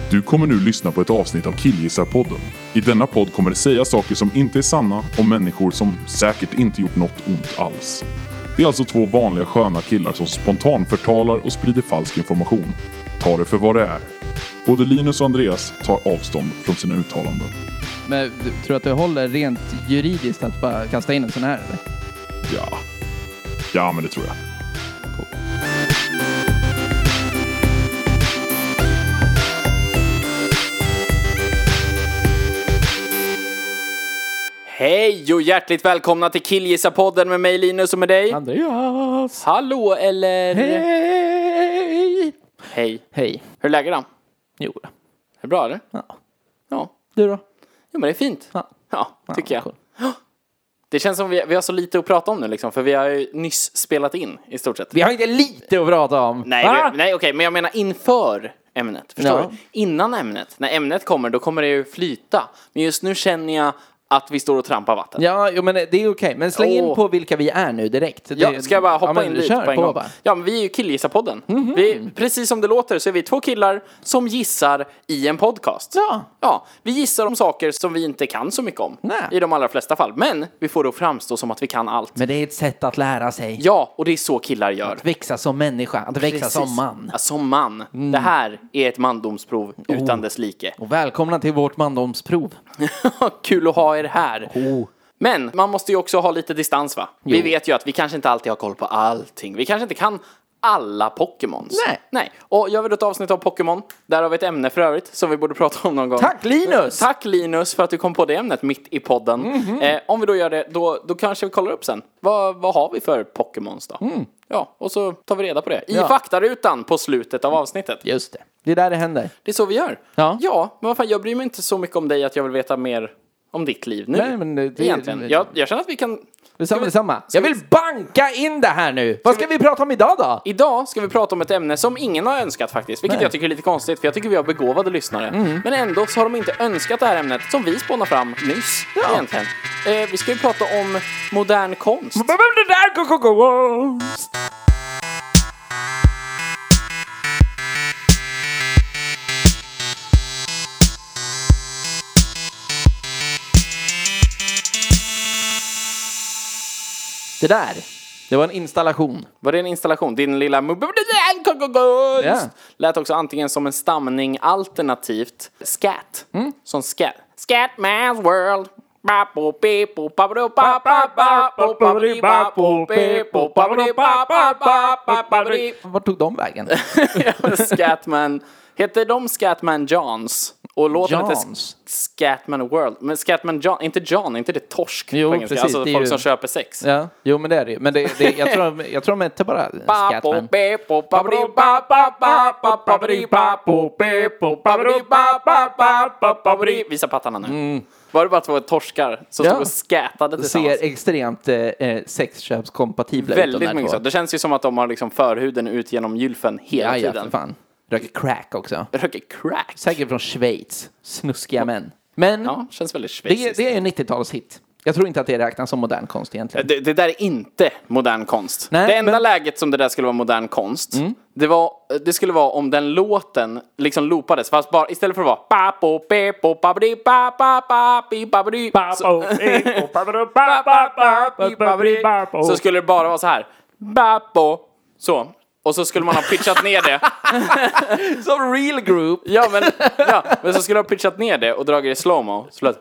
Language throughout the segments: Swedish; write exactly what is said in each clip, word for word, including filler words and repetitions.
Du kommer nu lyssna på ett avsnitt av Killgissarpodden. I denna podd kommer det säga saker som inte är sanna om människor som säkert inte gjort något ont alls. Det är alltså två vanliga sköna killar som spontant förtalar och sprider falsk information. Ta det för vad det är. Både Linus och Andreas tar avstånd från sina uttalanden. Men du tror att det håller rent juridiskt att bara kasta in en sån här, eller? Ja. Ja, men det tror jag. Cool. Hej och hjärtligt välkomna till Killgissarpodden med mig Linus och med dig Andreas! Hallå eller? Hej! Hej. Hej. Hur är läget då? Jo. Är det bra eller? Ja. Ja. Du då? Jo men det är fint. Ja. Ja, tycker Ja, jag. cool. Det känns som vi, vi har så lite att prata om nu liksom, för vi har ju nyss spelat in i stort sett. Vi har inte lite att prata om. Nej, ah! vi, nej okej, men jag menar inför ämnet. Förstår Ja. du? Innan ämnet. När ämnet kommer, då kommer det ju flyta. Men just nu känner jag att vi står och trampar vatten. Ja, jo, men det är okej. Men släng in Åh. på vilka vi är nu direkt. Ja, Det- ska jag bara hoppa ja, men in dit kör på en på gång? bara. Ja, men vi är ju Killgissarpodden. Mm-hmm. Vi, precis som det låter så är vi två killar som gissar i en podcast. Ja. Ja, vi gissar om saker som vi inte kan så mycket om. Nej. I de allra flesta fall. Men vi får då framstå som att vi kan allt. Men det är ett sätt att lära sig. Ja, och det är så killar gör. Att växa som människa. Att växa Precis. som man. Ja, som man. Det här är ett mandomsprov utan Oh. dess like. Och välkomna till vårt mandomsprov. Kul att ha er här. Oh. Men man måste ju också ha lite distans, va? Vi Jo. vet ju att vi kanske inte alltid har koll på allting. Vi kanske inte kan alla Pokémons. Nej. Nej. Och gör vi då ett avsnitt av Pokémon. Där har vi ett ämne för övrigt som vi borde prata om någon gång. Tack Linus! Tack Linus för att du kom på det ämnet mitt i podden. Mm-hmm. Eh, om vi då gör det, då, då kanske vi kollar upp sen. Vad, vad har vi för Pokémons då? Mm. Ja, och så tar vi reda på det. I Ja. faktarutan på slutet av avsnittet. Just det. Det är där det händer. Det är så vi gör. Ja. Ja, men vad fan, jag bryr mig inte så mycket om dig att jag vill veta mer om ditt liv nu. Nej, men det- det- Egentligen. Jag, jag känner att vi kan... Detsamma, vi- detsamma. ska Jag vi- vill banka in det här nu. Vad ska vi prata om idag då? Idag ska vi prata om ett ämne som ingen har önskat faktiskt. Vilket Nej. jag tycker är lite konstigt, för jag tycker vi har begåvade lyssnare. Men ändå så har de inte önskat det här ämnet som vi spånar fram nyss. Ja. Egentligen. Eh, vi ska ju prata om modern konst. Det där, det var en installation. Var det en installation? Din lilla modern konst Ja. lät också antingen som en stamning alternativt scat. Mm. Som scat. Scatman's world. Vart tog de vägen? Scatman. Heter de Scatman Johns? Och låten heter Johns? Scatman World. Men Scatman John, inte John, inte det torsk Jo, på engelska. precis, Alltså det är folk ju- som köper sex. Ja, jo men det är det ju. Men det, det, jag, tror, jag tror de heter bara Scatman. Visa pattarna nu. Var det bara två torskar som Ja. stod och skätade Det tillsammans? ser extremt eh, sexköpskompatibla ut de Väldigt där mycket två. så. Det känns ju som att de har liksom förhuden ut genom gylfen hela Ja, ja, för tiden. fan. Röker crack också. Röker crack. Säkert från Schweiz. Snuskiga män. Men Ja, känns väldigt det, schweiziskt. det är en nittio-talshit. Jag tror inte att det räknas som modern konst egentligen. Det, det där är inte modern konst. Nej, det enda men- läget som det där skulle vara modern konst, det, var, det skulle vara om den låten liksom loopades. Fast bara, istället för att vara papo, pepo, papadi, papa, papi, papadi, så, så skulle det bara vara så här. Papo. Så. Och så skulle man ha pitchat ner det. Som real group. Ja, men, ja, men så skulle man ha pitchat ner det och dragit det i slowmo. Så lät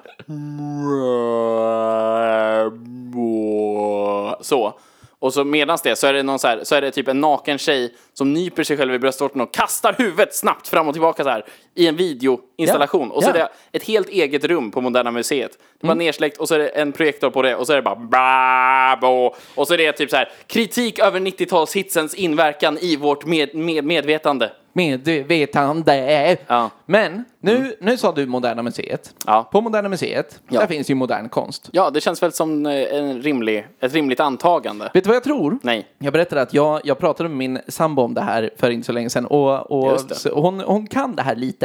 så. Och så medans det så är det någon så här, så är det typ en naken tjej som nyper sig själv i bröstvårtan och kastar huvudet snabbt fram och tillbaka så här i en videoinstallation. Ja, Och så ja. är det ett helt eget rum på Moderna Museet. Det var nersläckt och så är det en projektor på det och så är det bara babo. Och så är det typ så här kritik över nittio-talshitsens inverkan i vårt med, med, medvetande. Medvetande. Ja. Men nu, nu sa du Moderna Museet. Ja. På Moderna Museet, Ja. där finns ju modern konst. Ja, det känns väl som en rimlig, ett rimligt antagande. Vet du vad jag tror? Nej. Jag berättade att jag, jag pratade med min sambo om det här för inte så länge sedan. Och, och Just det. så, hon, hon kan det här lite.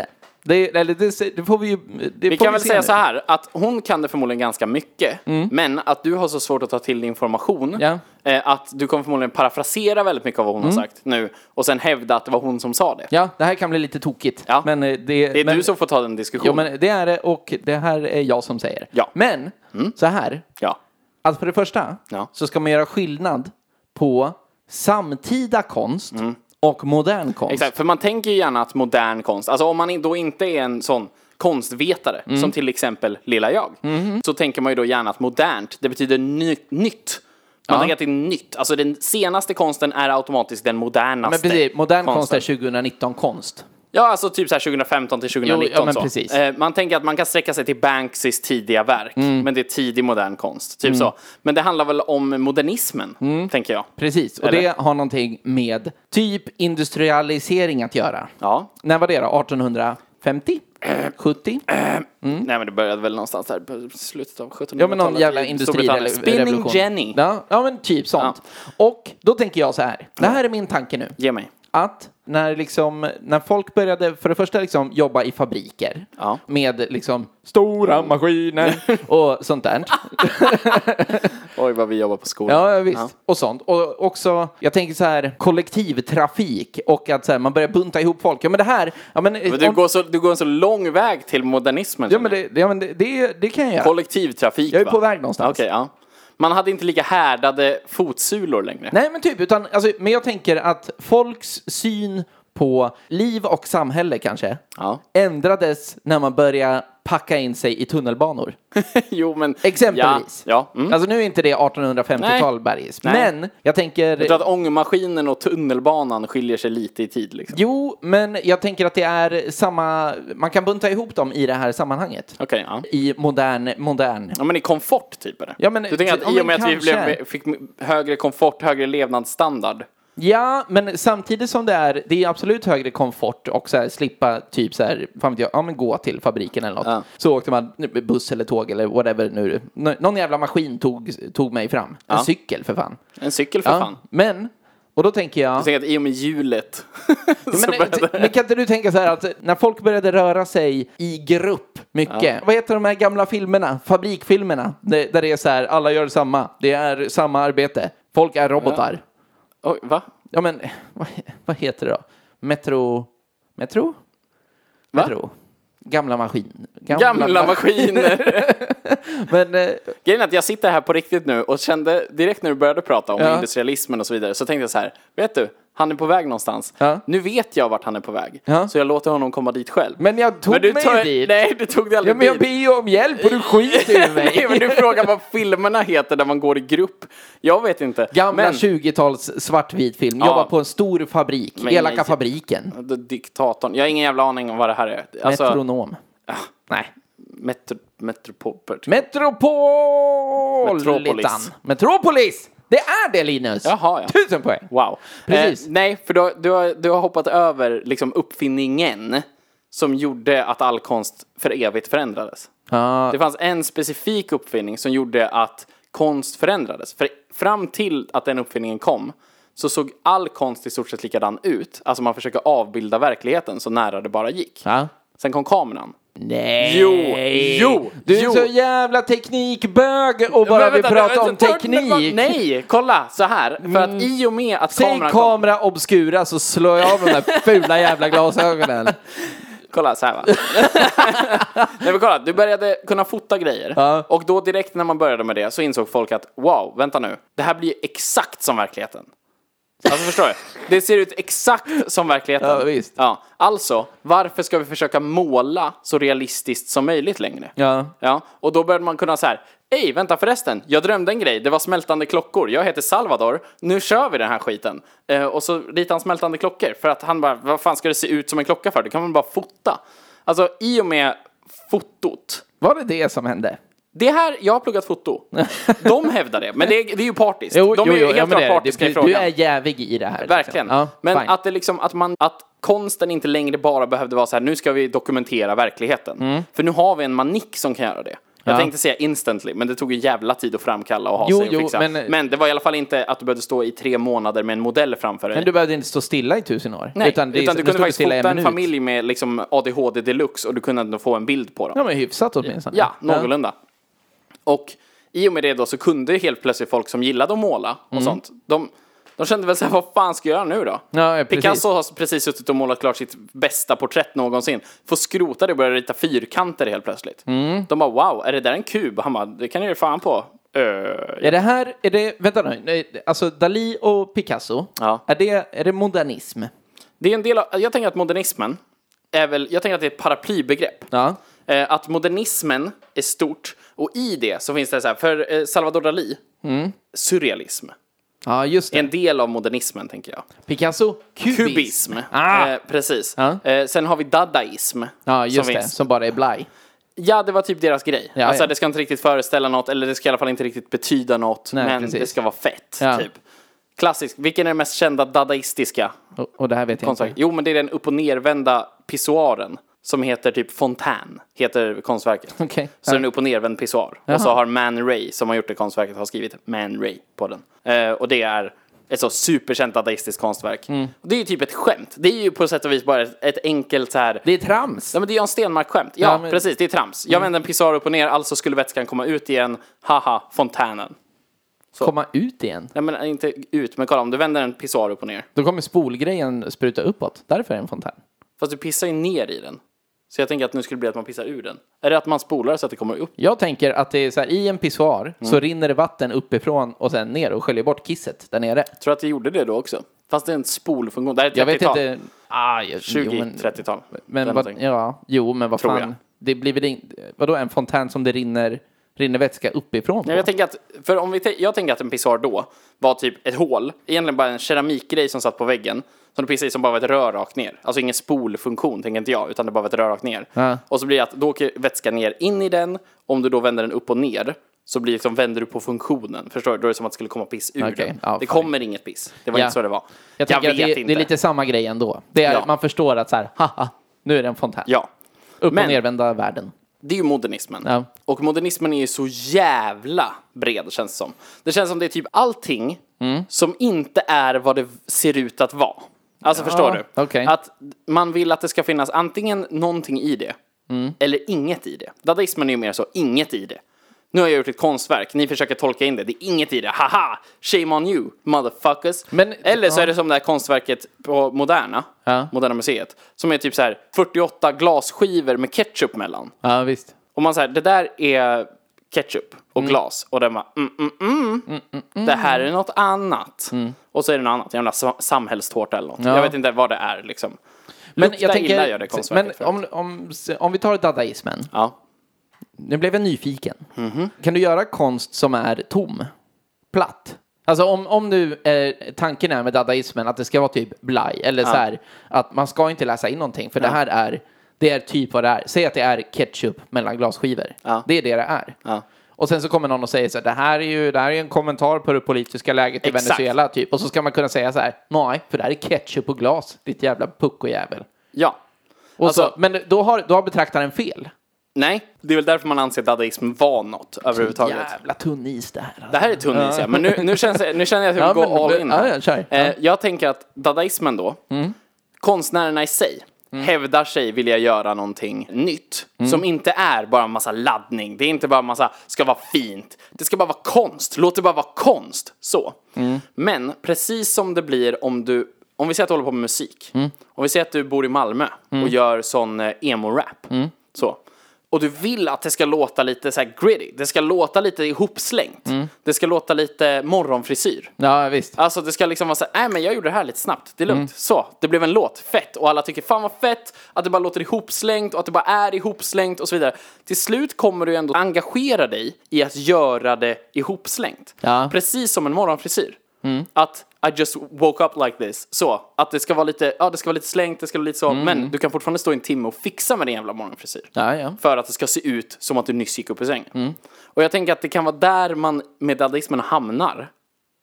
Det, eller det, det får vi ju... Det Vi får kan väl se säga nu. så här, att hon kan det förmodligen ganska mycket, Mm. men att du har så svårt att ta till information, Ja. eh, att du kommer förmodligen parafrasera väldigt mycket av vad hon Mm. har sagt nu, och sen hävda att det var hon som sa det. Ja, det här kan bli lite tokigt. Ja. Men eh, det, Det är men, du som får ta den diskussionen. Jo, men det är det, och det här är jag som säger. Ja. Men, så här. Ja. Alltså för det första Ja. så ska man göra skillnad på samtida konst och modern konst. Exakt, för man tänker ju gärna att modern konst, alltså om man då inte är en sån konstvetare, Mm. som till exempel lilla jag, Mm-hmm. så tänker man ju då gärna att modernt, det betyder ny, nytt. Man Ja. tänker att det är nytt, alltså den senaste konsten är automatiskt den Men modernaste. precis, modern konst konsten. är tjugonitton-konst. Ja, alltså typ så här tjugohundrafemton till tjugonitton. Jo, ja, men så. precis. Eh, man tänker att man kan sträcka sig till Banksys tidiga verk, Mm. men det är tidig modern konst, typ så. Men det handlar väl om modernismen, Mm. tänker jag. Precis, och Eller? det har någonting med typ industrialisering att göra. Ja. När var det då? artonhundrafemtio? sjuttio? Nej, men det började väl någonstans där på slutet av Ja, sjuttonhundratalet. men någon jävla i Storbritannien. industrirevolution. Spinning Jenny. Ja, ja, men typ sånt. Och då tänker jag så här. Det här är min tanke nu. Ge mig. Att när, liksom, när folk började för det första liksom jobba i fabriker Ja. med liksom stora maskiner och sånt där. Oj, vad vi jobbar på skolan. Ja, visst. Och sånt. Och också, jag tänker så här, kollektivtrafik och att så här, man börjar bunta ihop folk. Ja, men det här... Ja, men, Men du, om, går så, du går en så lång väg till modernismen. ja, men, det, ja, men det, det, det kan jag göra. Kollektivtrafik, Jag är va? på väg någonstans. Okej, ja. Man hade inte lika härdade fotsulor längre. Nej, men typ, utan, alltså, men jag tänker att folks syn på liv och samhälle kanske Ja. ändrades när man började packa in sig i tunnelbanor. Jo, men... Exempelvis. Ja. ja. Mm. Alltså nu är inte det artonhundrafemtiotal Nej. bergis. Nej. Men jag tänker... Jag tror att ångmaskinen och tunnelbanan skiljer sig lite i tid. Liksom. Jo, men jag tänker att det är samma... Man kan bunta ihop dem i det här sammanhanget. Okej, ja. I modern... modern. Ja, men i komfort, typ. Eller? Ja, men- du tänker att ja, i och med men att vi kanske. blev, fick högre komfort, högre levnadsstandard. Ja, men samtidigt som det är... Det är absolut högre komfort och så här, slippa typ så här... Fan vet jag, ja, men gå till fabriken eller något. Ja. Så åkte man buss eller tåg eller whatever nu. Nå- Någon jävla maskin tog, tog mig fram. En Ja. cykel för fan. En cykel för Ja, fan. men... Och då tänker jag... Jag tänker att i och med hjulet så Men, började... men kan inte du tänka så här att när folk började röra sig i grupp mycket, vad heter de här gamla filmerna, fabrikfilmerna, där, där det är så här, alla gör samma, det är samma arbete, folk är robotar. Oj, va? Ja, men vad, vad heter det då? Metro, Metro? Va? Metro. Gamla maskin. Gamla, ma- maskiner. Men, eh, Grejen är att jag sitter här på riktigt nu och kände direkt när du började prata om Ja. industrialismen och så vidare, så tänkte jag så här, vet du, han är på väg någonstans. Ja. Nu vet jag vart han är på väg. Ja. Så jag låter honom komma dit själv. men jag tog Men du mig tar- dit. Nej, du tog det aldrig Ja, men jag dit. ber ju om hjälp och du skiter i mig. Nej, men du frågar vad filmerna heter där man går i grupp. Jag vet inte. Gamla men, tjugo-tals svartvit film. Ja. Jobbar på en stor fabrik. Men Elaka nej. fabriken. Diktatorn. Jag har ingen jävla aning om vad det här är. Alltså, Metronom. Nej. metro, metropol... Metropolitan. Metropolis. Metropolis. Det är det, Linus. Jaha, ja. Tusen poäng. Wow. Precis. Eh, nej, för du, har- du, har, du har hoppat över liksom uppfinningen som gjorde att all konst för evigt förändrades. Ja. Det fanns en specifik uppfinning som gjorde att konst förändrades. För fram till att den uppfinningen kom så såg all konst i stort sett likadan ut. Alltså man försöker avbilda verkligheten så nära det bara gick. Ja. Sen kom kameran. Nej. Jo, jo, Du är jo. så jävla teknikbög och bara Men vill vänta, prata vänta, om vänta, teknik. Nej, kolla så här. För att i och med att Säg kameran kom... kamera obscura så slår jag av de där fula jävla glasögonen. Kolla så här, va. Nej, men kolla, du började kunna fota grejer. Ja. Och då direkt när man började med det så insåg folk att wow, vänta nu. Det här blir exakt som verkligheten. Alltså förstår du? Det ser ut exakt som verkligheten. Ja, visst. Ja. Alltså, varför ska vi försöka måla så realistiskt som möjligt längre? Ja. Ja, och då började man kunna så här. Ej, vänta förresten, jag drömde en grej, det var smältande klockor. Jag heter Salvador, nu kör vi den här skiten. Eh, och så ritade han smältande klockor. För att han bara, vad fan ska det se ut som en klocka för? Det kan man bara fota. Alltså, i och med fotot. Var det det som hände? Det här, jag har pluggat foto. De hävdar det, men det är, det är ju partiskt. Jo, De jo, är ju jo, ja, helt men klart det, partiska i du, frågan. du är jävig i det här. Verkligen. Liksom. Ja, men fine. att det liksom, att man, att konsten inte längre bara behövde vara så här, nu ska vi dokumentera verkligheten. Mm. För nu har vi en manick som kan göra det. Jag Ja. tänkte säga instantly, men det tog en jävla tid att framkalla och ha Jo, sig och jo, fixa. men- Men, det var i alla fall inte att du behövde stå i tre månader med en modell framför dig. Men du behövde inte stå stilla i tusen år. Nej, utan, utan, det, du kunde faktiskt stilla fota en minut. familj med liksom A D H D deluxe och du kunde ändå få en bild på dem. Ja, men hyfsat åtminstone. Ja, någorlunda. Och i och med det då så kunde helt plötsligt folk som gillade att måla och Mm. sånt, de, de kände väl så här, vad fan ska jag göra nu då? Ja, ja, precis. Picasso har precis suttit och målat klart sitt bästa porträtt någonsin. Får skrota det och börja rita fyrkanter helt plötsligt. Mm. De bara, wow, är det där en kub? Han bara, det kan jag göra fan på. Uh, Är det här, är det, vänta nu, Nej, alltså Dalí och Picasso, Ja. är, det, är det modernism? Det är en del av, jag tänker att modernismen är väl, jag tänker att det är ett paraplybegrepp. Ja. Eh, att modernismen är stort och i det så finns det så här, för eh, Salvador Dalí, surrealism. Ja, just det. En del av modernismen, tänker jag. Picasso, kubism. Kubism. Ah. Eh, precis. Ja. Eh, sen har vi dadaism. Ja, just som det, finns. som bara är blaj. Ja, det var typ deras grej. Ja, alltså ja. det ska inte riktigt föreställa något, eller det ska i alla fall inte riktigt betyda något, Nej, men precis. det ska vara fett, Ja. typ. Klassisk. Vilken är den mest kända dadaistiska Och, och det här vet jag konstverket? inte. Jo, men det är den upp- och nervända pissoaren som heter typ Fontaine, heter konstverket. Okej. Så det är en upp- och nervänd pissoar. Jaha. Och så har Man Ray, som har gjort det konstverket, har skrivit Man Ray på den. Eh, och det är ett så superkänt dadaistiskt konstverk. Mm. Och det är ju typ ett skämt. Det är ju på sätt och vis bara ett, ett enkelt så här. Det är trams. Ja, men det är ju en Stenmark-skämt. Ja, Ja, men- precis, det är trams. Jag vänder en pissoar upp och ner, alltså skulle vätskan komma ut igen. Haha, fontänen. Så. Komma ut igen. Ja, men inte ut, men kolla, om du vänder en pissoar upp och ner. Då kommer spolgrejen spruta uppåt. Därför är det en fontän. Fast du pissar ju ner i den. Så jag tänker att nu skulle det bli att man pissar ur den. Är det att man spolar så att det kommer upp? Jag tänker att det är så här, i en pissoar så rinner det vatten uppifrån och sen ner och sköljer bort kisset där nere. Jag tror att det gjorde det då också. Fast det är en spolfunktion. Det här är Jag vet trettiotal. inte. Ah, jag, jo, men, tjugo-trettiotal. men Eller vad, någonting. ja, jo, men vad Tror fan. jag. Det blir väl in, vadå en fontän som det rinner, rinner vätska uppifrån på? Nej, jag tänker att, för om vi te- jag tänker att en pissoar då var typ ett hål, egentligen bara en keramikgrej som satt på väggen, som du pissade i som bara var ett rör rakt ner. Alltså ingen spolfunktion, tänker inte jag, utan det bara var ett rör rakt ner. Ja. Och så blir det att då åker vätskan ner in i den, om du då vänder den upp och ner, så blir det liksom, vänder du på funktionen. Förstår du? Då är det som att det skulle komma piss ur Okej, den. ja, det fine. kommer inget piss. Det var Ja. inte så det var. Jag tänker att det, det är lite samma grej ändå. Det är, Ja. Man förstår att så här, haha, nu är det en fontän. Ja. Upp Men- och nervända världen. Det är ju modernismen. Ja. Och modernismen är ju så jävla bred, känns det som. Det känns som det är typ allting Mm. som inte är vad det ser ut att vara. Alltså, förstår du? okej. Att man vill att det ska finnas antingen någonting i det, Mm. eller inget i det. Dadaismen är ju mer så, inget i det. Nu har jag gjort ett konstverk, ni försöker tolka in det, det är inget i det. Haha, shame on you, motherfuckers. Men- eller så ja. är det som det här konstverket på Moderna, Ja. Moderna museet, som är typ så här fyrtioåtta glasskivor med ketchup mellan. Ja, visst. Och man säger, det där är ketchup och Mm. glas. Och den bara, mm, mm, mm. Det här är något annat. Och så är det något annat, jävla sa- samhällstårta eller något. Mm. Ja. Jag vet inte vad det är liksom. Men Lukta jag illa gör tänker, det men konstverket för. om, om, om vi tar dadaismen. Ja. Nu blev jag nyfiken. Mhm. Kan du göra konst som är tom? Platt? Alltså om, om nu eh, tanken är med dadaismen att det ska vara typ blaj. Eller så här, att man ska inte läsa in någonting. För det här är, det är typ vad det är. Säg att det är ketchup mellan glasskivor. Ja. Det är det det är. Ja. Och sen så kommer någon och säger så här, det här är ju det här är en kommentar på det politiska läget i Exakt. Venezuela typ. Och så ska man kunna säga så här, nej, för det här är ketchup och glas, ditt jävla puckojävel. Ja. Och Alltså- så, men då har, då har betraktaren fel. Nej, det är väl därför man anser att dadaism var något överhuvudtaget. Jävla tunn is det här. Alltså. Det här är tunn is, ja. Men nu, nu, känns, det- nu känner jag att jag vill Ja, gå men- all in här. ja, ja, kör. Eh, Ja. Jag tänker att dadaismen då, konstnärerna i sig, hävdar sig vilja göra någonting nytt. Som inte är bara en massa laddning. Det är inte bara en massa, ska vara fint. Det ska bara vara konst. Låt det bara vara konst. Så. Men precis som det blir om du, om vi säger att du håller på med musik. Om vi säger att du bor i Malmö och gör sån eh, emo-rap. Så. Och du vill att det ska låta lite så här gritty. Det ska låta lite ihopslängt. Det ska låta lite morgonfrisyr. Ja, visst. Alltså det ska liksom vara så här, nej men jag gjorde det här lite snabbt, det är lugnt. Så, det blev en låt, fett. Och alla tycker, fan vad fett, att det bara låter ihopslängt och att det bara är ihopslängt och så vidare. Till slut kommer du ändå engagera dig i att göra det ihopslängt. Ja. Precis som en morgonfrisyr. Att I just woke up like this. Så, att det ska vara lite, ja det ska vara lite slängt, det ska vara lite så. Men du kan fortfarande stå i en timme och fixa med din jävla morgonfrisyr. Ja, ja. För att det ska se ut som att du nyss gick upp i sängen. Och jag tänker att det kan vara där man med dadaismen hamnar.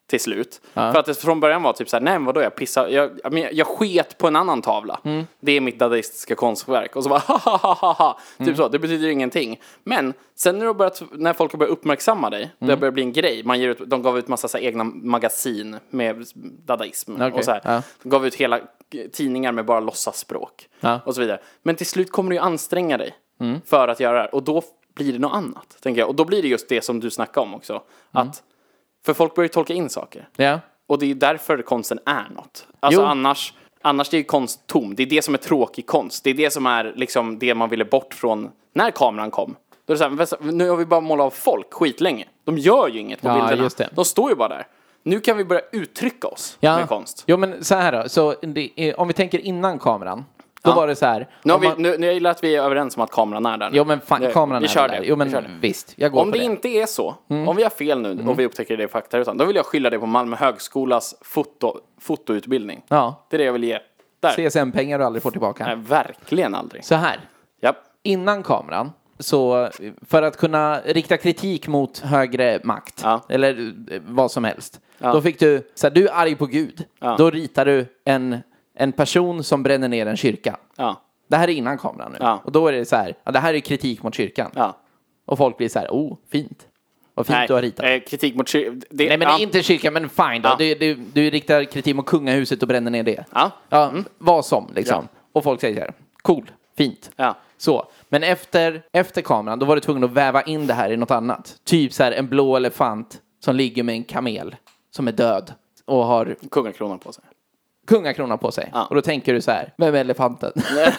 till slut. Ja. För att det från början var typ så här, nej vadå, jag pissar, jag, jag, jag sket på en annan tavla. Mm. Det är mitt dadaistiska konstverk. Och så bara, ha ha ha ha ha. Typ mm. så, det betyder ingenting. Men sen när, du börjat, när folk har börjat uppmärksamma dig, mm. det börjar bli en grej. Man ger ut, de gav ut massa så här, egna magasin med dadaism. Okay. Och så här. Ja. De gav ut hela tidningar med bara låtsasspråk. Ja. Och så vidare. Men till slut kommer du ju anstränga dig mm. för att göra det här. Och då blir det något annat, tänker jag. Och då blir det just det som du snackade om också. Mm. Att, för folk börjar tolka in saker. Ja. Och det är därför konsten är något. Alltså jo. annars, annars är ju konst tom. Det är det som är tråkig konst. Det är det som är liksom det man ville bort från när kameran kom. Då är det så här, nu har vi bara målat av folk skitlänge. De gör ju inget på ja, bilderna. Just det. De står ju bara där. Nu kan vi börja uttrycka oss ja. med konst. Jo, men så här då. Så det är, om vi tänker innan kameran. Då ja. var det så här. Nu, har man... vi, nu, nu gillar att vi är överens om att kameran är där nu. Jo, men fan, det, kameran vi är kör där. Det. Jo, men vi kör det. visst. Jag går om på det, det inte är så, mm. om vi har fel nu mm. och vi upptäcker det i fakta, utan, då vill jag skylla det på Malmö högskolas foto, fotoutbildning. Ja. Det är det jag vill ge. Där. C S N-pengar du aldrig får tillbaka. Nej, verkligen aldrig. Så här. Japp. Innan kameran, så för att kunna rikta kritik mot högre makt, ja. eller vad som helst, ja. då fick du, så här, du är arg på Gud. Ja. Då ritar du en, en person som bränner ner en kyrka. Ja. Det här är innan kameran nu. Ja. Och då är det så här, ja, det här är kritik mot kyrkan. Ja. Och folk blir så här, oh, fint. Vad fint Nej, du har ritat. Eh, kritik mot kyrkan. Nej, men ja. inte kyrkan, men fine då. Ja. Du, du, du riktar kritik mot kungahuset och bränner ner det. Ja. Ja, mm. Vad som, liksom. Ja. Och folk säger så här, cool, fint. Ja. Så. Men efter, efter kameran, då var du tvungen att väva in det här i något annat. Typ så här, en blå elefant som ligger med en kamel som är död och har kungakronan på sig. Kungakronan på sig. Ja. Och då tänker du så här, vem är elefanten?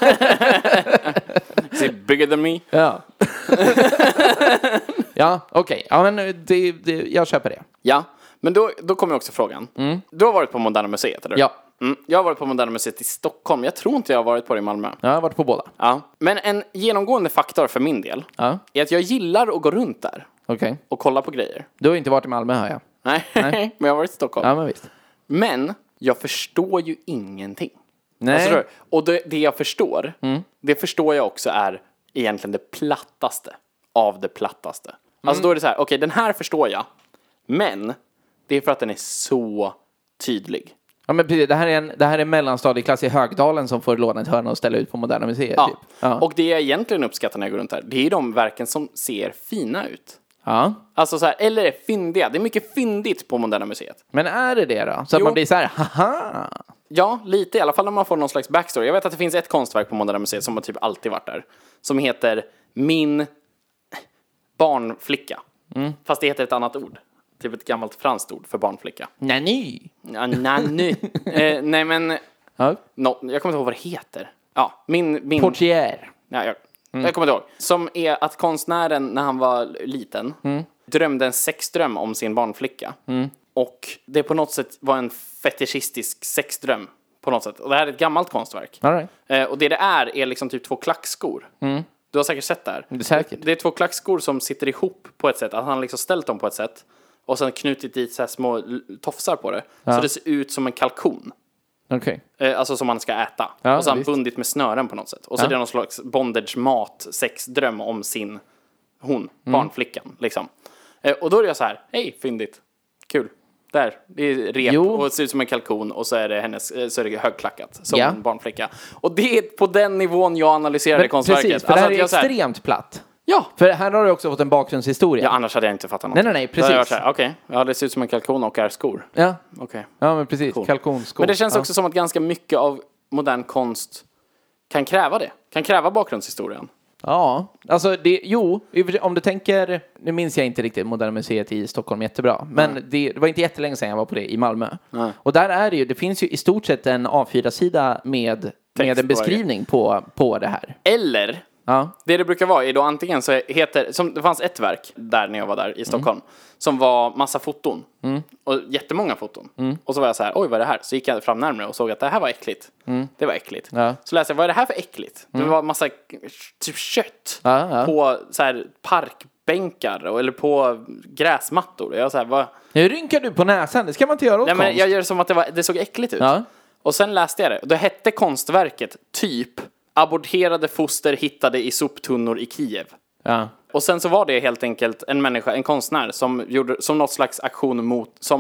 Is it bigger than me? Ja. Ja, okej. Okay. Ja, men det, det, jag köper det. Ja, men då, då kommer också frågan. Mm. Du har varit på Moderna Museet, eller? Ja. Mm. Jag har varit på Moderna Museet i Stockholm. Jag tror inte jag har varit på det i Malmö. Jag har varit på båda. Ja. Men en genomgående faktor för min del ja. är att jag gillar att gå runt där. Okay. Och kolla på grejer. Du har inte varit i Malmö, hör jag. Nej, Nej. men jag har varit i Stockholm. Ja, men visst. Men jag förstår ju ingenting. Nej. Alltså, och det, det jag förstår, mm. det förstår jag också är egentligen det plattaste av det plattaste. Mm. Alltså då är det så här, okej, okay, den här förstår jag. Men det är för att den är så tydlig. Ja, men precis. Det här är en, det här är en mellanstadieklass i Högdalen som får låna ett hörn och ställa ut på Moderna Museet. Ja. Typ. Ja, och det jag egentligen uppskattar när jag går runt här, det är de verken som ser fina ut. Ja. Alltså så här, eller är fyndiga. Det är mycket fyndigt på Moderna Museet. Men är det det då? Så att man blir så här, haha. Ja, lite. I alla fall när man får någon slags backstory. Jag vet att det finns ett konstverk på Moderna Museet som har typ alltid varit där. Som heter Min barnflicka. Mm. Fast det heter ett annat ord. Typ ett gammalt franskt ord för barnflicka. Nanny. Ja, nanny. eh, nej, men... Ja. No, jag kommer inte ihåg vad det heter. Ja, min... min... Portier. Ja, jag, mm. jag kommer inte ihåg. Som är att konstnären, när han var liten, mm. drömde en sexdröm om sin barnflicka. Mm. Och det på något sätt var en fetischistisk sexdröm. På något sätt. Och det här är ett gammalt konstverk. All right. eh, och det det är, är liksom typ två klackskor. Mm. Du har säkert sett det här. Det är säkert. Det är två klackskor som sitter ihop på ett sätt. Att han liksom ställt dem på ett sätt. Och sen knutit dit så här små tofsar på det. Ja. Så det ser ut som en kalkon. Okej. Okay. Eh, alltså som man ska äta. Ja, och så har han bundit med snören på något sätt. Och så ja. är det någon slags bondage-mat, sexdröm om sin hon, mm. barnflickan. Liksom. Eh, och då är jag så här, hej, fyndigt. Kul. Där, det är rep jo. och det ser ut som en kalkon. Och så är det, hennes, så är det högklackat som ja. en barnflicka. Och det är på den nivån jag analyserade men, konstverket. Precis, för alltså det här är jag, extremt här, platt. Ja. För här har du också fått en bakgrundshistoria. Ja, annars hade jag inte fattat något. Nej, nej, nej, precis. Okej, okay. Ja, det ser ut som en kalkon och är skor. Ja, okay. Ja, men precis. Cool. Kalkonskor. Men det känns ja. också som att ganska mycket av modern konst kan kräva det. Kan kräva bakgrundshistorien. Ja, alltså det, jo, om du tänker, nu minns jag inte riktigt Moderna Museet i Stockholm jättebra, men mm. det, det var inte jättelänge sedan jag var på det i Malmö. Mm. Och där är det ju, det finns ju i stort sett en A fyra-sida med, med en beskrivning på, på det här. Eller, ja. det det brukar vara är då antingen så heter, som det fanns ett verk där när jag var där i Stockholm, mm. som var massa foton. Mm. Och jättemånga foton. Mm. Och så var jag så här, oj vad är det här? Så gick jag fram närmare och såg att det här var äckligt. Mm. Det var äckligt. Ja. Så läste jag, vad är det här för äckligt? Mm. Det var massa typ kött ja, ja. på så här parkbänkar och, eller på gräsmattor. Och jag så här, vad... Nu rynkar du på näsan, det ska man inte göra åt Nej, konst. men jag gör som att det, var, det såg äckligt ut. Ja. Och sen läste jag det. Och då hette konstverket typ aborterade foster hittade i soptunnor i Kiev. Ja. Och sen så var det helt enkelt en människa, en konstnär som gjorde som något slags aktion mot, som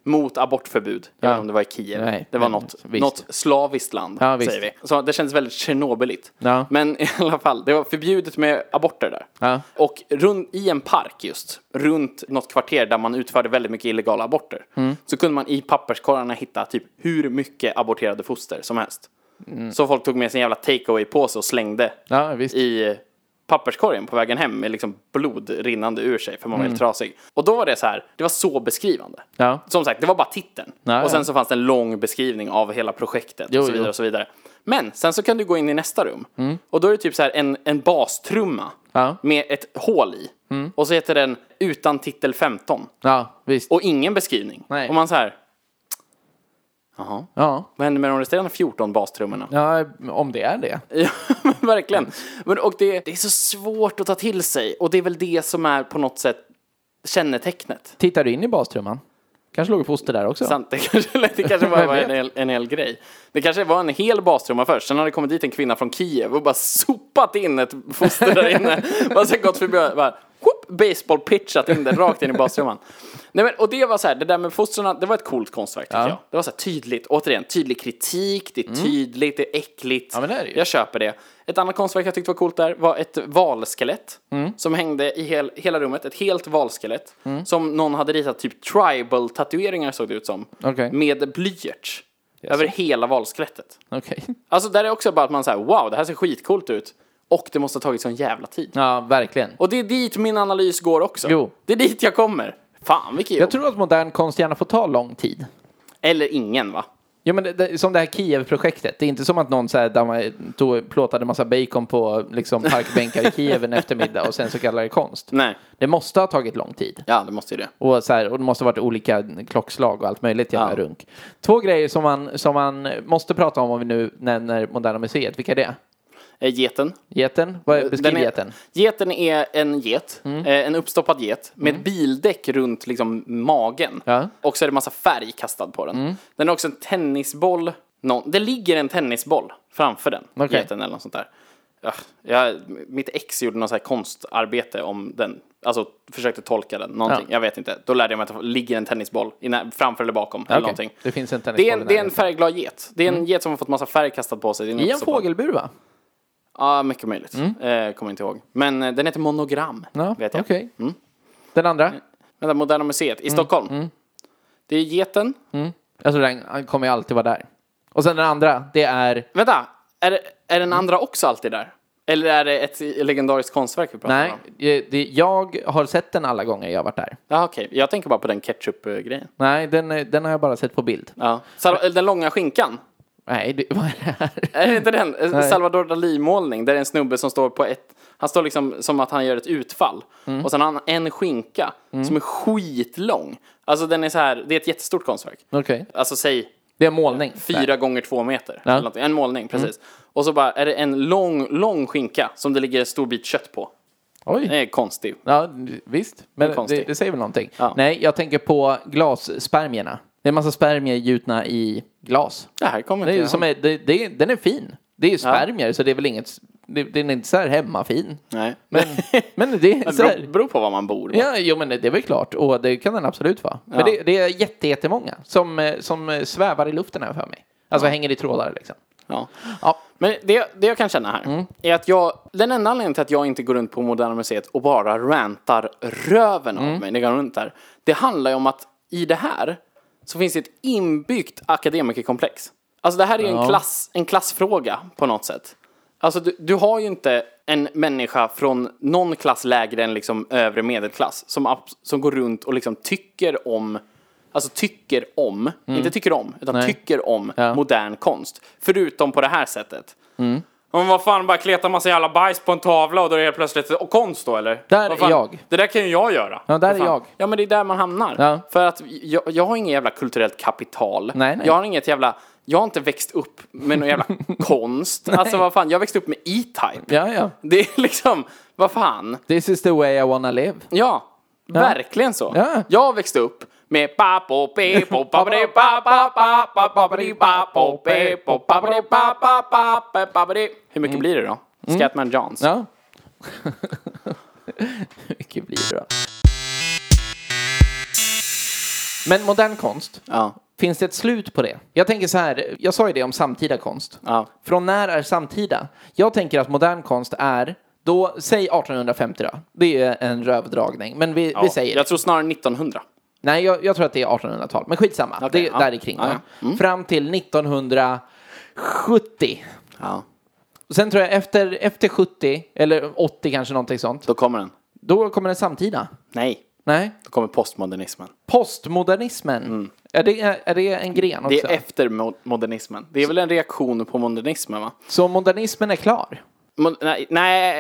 mot abortförbud. Jag Ja. vet inte om det var i Kiev. Nej, det var men något, visst. något slaviskt land, Ja, visst. säger vi. Så det kändes väldigt Tjernobyligt. Ja. Men i alla fall, det var förbjudet med aborter där. Ja. Och runt, i en park just, runt något kvarter där man utförde väldigt mycket illegala aborter, Mm. så kunde man i papperskorgarna hitta typ hur mycket aborterade foster som helst. Mm. Så folk tog med sin jävla takeaway-påse och slängde Ja, visst. i papperskorgen på vägen hem med liksom blod rinnande ur sig för man var Mm. helt trasig. Och då var det så här, det var så beskrivande. Ja. Som sagt, det var bara titeln. Ja, och sen ja. så fanns det en lång beskrivning av hela projektet Jo, och så vidare jo. och så vidare. Men sen så kan du gå in i nästa rum. Och då är det typ så här en, en bastrumma Ja. med ett hål i. Och så heter den utan titel femton. Ja, visst. Och ingen beskrivning. Nej. Och man så här, jaha, Ja. vad händer med de resterande fjorton bastrummorna? Ja, om det är det. Ja, men verkligen. Men, och det, det är så svårt att ta till sig. Och det är väl det som är på något sätt kännetecknet. Tittar du in i bastrumman? Kanske låg foster där också. Sant, det kanske, det kanske bara Vem var vet? en hel, en hel grej. Det kanske var en hel bastrumma först. Sen hade det kommit dit en kvinna från Kiev och bara sopat in ett foster där inne. Bara så gått förbi och bara whoop, baseball pitchat in det rakt in i bastrumman. Nej, men, och det var så här, det där med fosterna, det var ett coolt konstverk tycker Ja. jag. Det var så här tydligt, återigen, tydlig kritik, det är tydligt, det är äckligt. Ja, men det är det ju. Jag köper det. Ett annat konstverk jag tyckte var coolt där var ett valskelett som hängde i hel, hela rummet, ett helt valskelett som någon hade ritat typ tribal-tatueringar såg det ut som, Okej. med blyerts över hela valskelettet. Okej. Alltså där är också bara att man säger wow, det här ser skitcoolt ut och det måste ha tagit sån jävla tid. Ja, verkligen. Och det är dit min analys går också. Jo. Det är dit jag kommer. Fan, vilket jobb. Jag tror att modern konst gärna får ta lång tid. Eller ingen, va? Ja, men det, det, som det här Kiev-projektet. Det är inte som att någon så här, där man tog, plåtade massa bacon på liksom, parkbänkar i Kiev en eftermiddag och sen så kallar det konst. Nej. Det måste ha tagit lång tid. Ja, det måste ju det. Och, så här, och det måste ha varit olika klockslag och allt möjligt jävla Ja. runk. Två grejer som man, som man måste prata om om vi nu nämner Moderna Museet. Vilka är det? Eh, geten. Geten? Vad, beskriv Den är, geten. Geten är en get, eh, en uppstoppad get med bildäck runt liksom magen. Ja. Och så är det massa färg kastad på den. Den har också en tennisboll. Någon, det ligger en tennisboll framför den, Okej. geten eller något sånt där. Ja, jag, mitt ex gjorde något så här konstarbete om den. Alltså försökte tolka den, någonting. Ja. Jag vet inte. Då lärde jag mig att det ligger en tennisboll innan, framför eller bakom. Eller Okej. någonting. Det finns en Det är tennisboll en, det är en där. färgglad get. Det är en get som har fått massa färg kastad på sig. Det är I en uppstoppad. fågelbur, va? Ja, mycket möjligt. Eh, kommer inte ihåg. Men eh, den heter Monogram, Ja, vet jag. okej. Den andra? Vänta, Moderna Museet i Stockholm. Det är geten. Alltså den kommer ju alltid vara där. Och sen den andra, det är... Vänta, är, det, är den andra också alltid där? Eller är det ett legendariskt konstverk vi pratar Nej, om? det, det, jag har sett den alla gånger jag har varit där. Ja, okej. Jag tänker bara på den ketchup-grejen. Nej, den, den har jag bara sett på bild. Ja. Sal- den långa skinkan. Nej, det, vad är det här? Är det inte den? En Nej. Salvador Dalí-målning. Där är en snubbe som står på ett... Han står liksom som att han gör ett utfall. Och sen har han en skinka som är skitlång. Alltså den är så här... Det är ett jättestort konstverk. Okej. Alltså säg... Det är en målning. Fyra gånger två meter. Ja. Eller någonting. En målning, precis. Och så bara är det en lång, lång skinka som det ligger en stor bit kött på. Oj. Det är konstigt. Ja, visst. Men det, konstigt. det säger väl någonting. Ja. Nej, jag tänker på glasspermierna. Det är en massa spermier gjutna i glas. Det här kommer Det är, inte ju som är, det, det, den är fin. Det är ju spermier, så det är väl inget... Det, den är inte så här hemmafin. Nej. Men, men det är Det så här... beror, beror på var man bor. Va? Ja, jo, men det är väl klart. Och det kan den absolut vara. Men Ja. det, det är jätte, jättemånga som, eh, som svävar i luften här för mig. Alltså hänger i trådar liksom. Ja. Ja. Men det, det jag kan känna här är att jag, den enda anledningen till att jag inte går runt på Moderna Museet och bara rantar röven av mig när jag går runt där, det handlar ju om att i det här så finns det ett inbyggt akademikerkomplex. Alltså det här är ju en, Ja. klass, en klassfråga på något sätt. Alltså du, du har ju inte en människa från någon klass lägre än liksom övre medelklass som, abs- som går runt och liksom tycker om, alltså tycker om, inte tycker om, utan Nej. tycker om Ja. modern konst. Förutom på det här sättet. Men vad fan, bara kleta massa jävla bajs på en tavla och då är det helt plötsligt och konst då eller? Där Vad fan, är jag. Det där kan ju jag göra. Ja, där Vad är fan. jag. Ja, men det är där man hamnar. Ja. För att jag, jag har inget jävla kulturellt kapital. Nej, nej. Jag har inget jävla, jag har inte växt upp med någon jävla konst. Alltså vad fan, jag växte upp med E-Type. Ja, ja. Det är liksom, vad fan. This is the way I wanna live. Ja, verkligen så. Ja. Jag växte upp med papo pepo papri papa papa papri papo pepo papri papa papa papri. Hur mycket blir det då? Scatman Johns. Ja. Hur mycket blir det då? Men modern konst, Ja. finns det ett slut på det? Jag tänker så här, jag sa ju det om samtida konst. Ja. Från när är samtida? Jag tänker att modern konst är, då, säg arton femtio då. Det är en rövdragning, men vi, Ja, vi säger... jag tror snarare nittonhundra. Nej, jag, jag tror att det är artonhundratal, men skitsamma. Okay, det är ja. där i kring. Ja, ja. Mm. Fram till nittonhundrasjuttio. Ja. Sen tror jag efter, efter sjuttio, eller åttio kanske, någonting sånt. Då kommer den. Då kommer den samtida. Nej, Nej. då kommer postmodernismen. Postmodernismen. Mm. Är, det, är det en gren också? Det är efter mo- modernismen. Det är väl en reaktion på modernismen, va? Så modernismen är klar? Mo- nej, nej.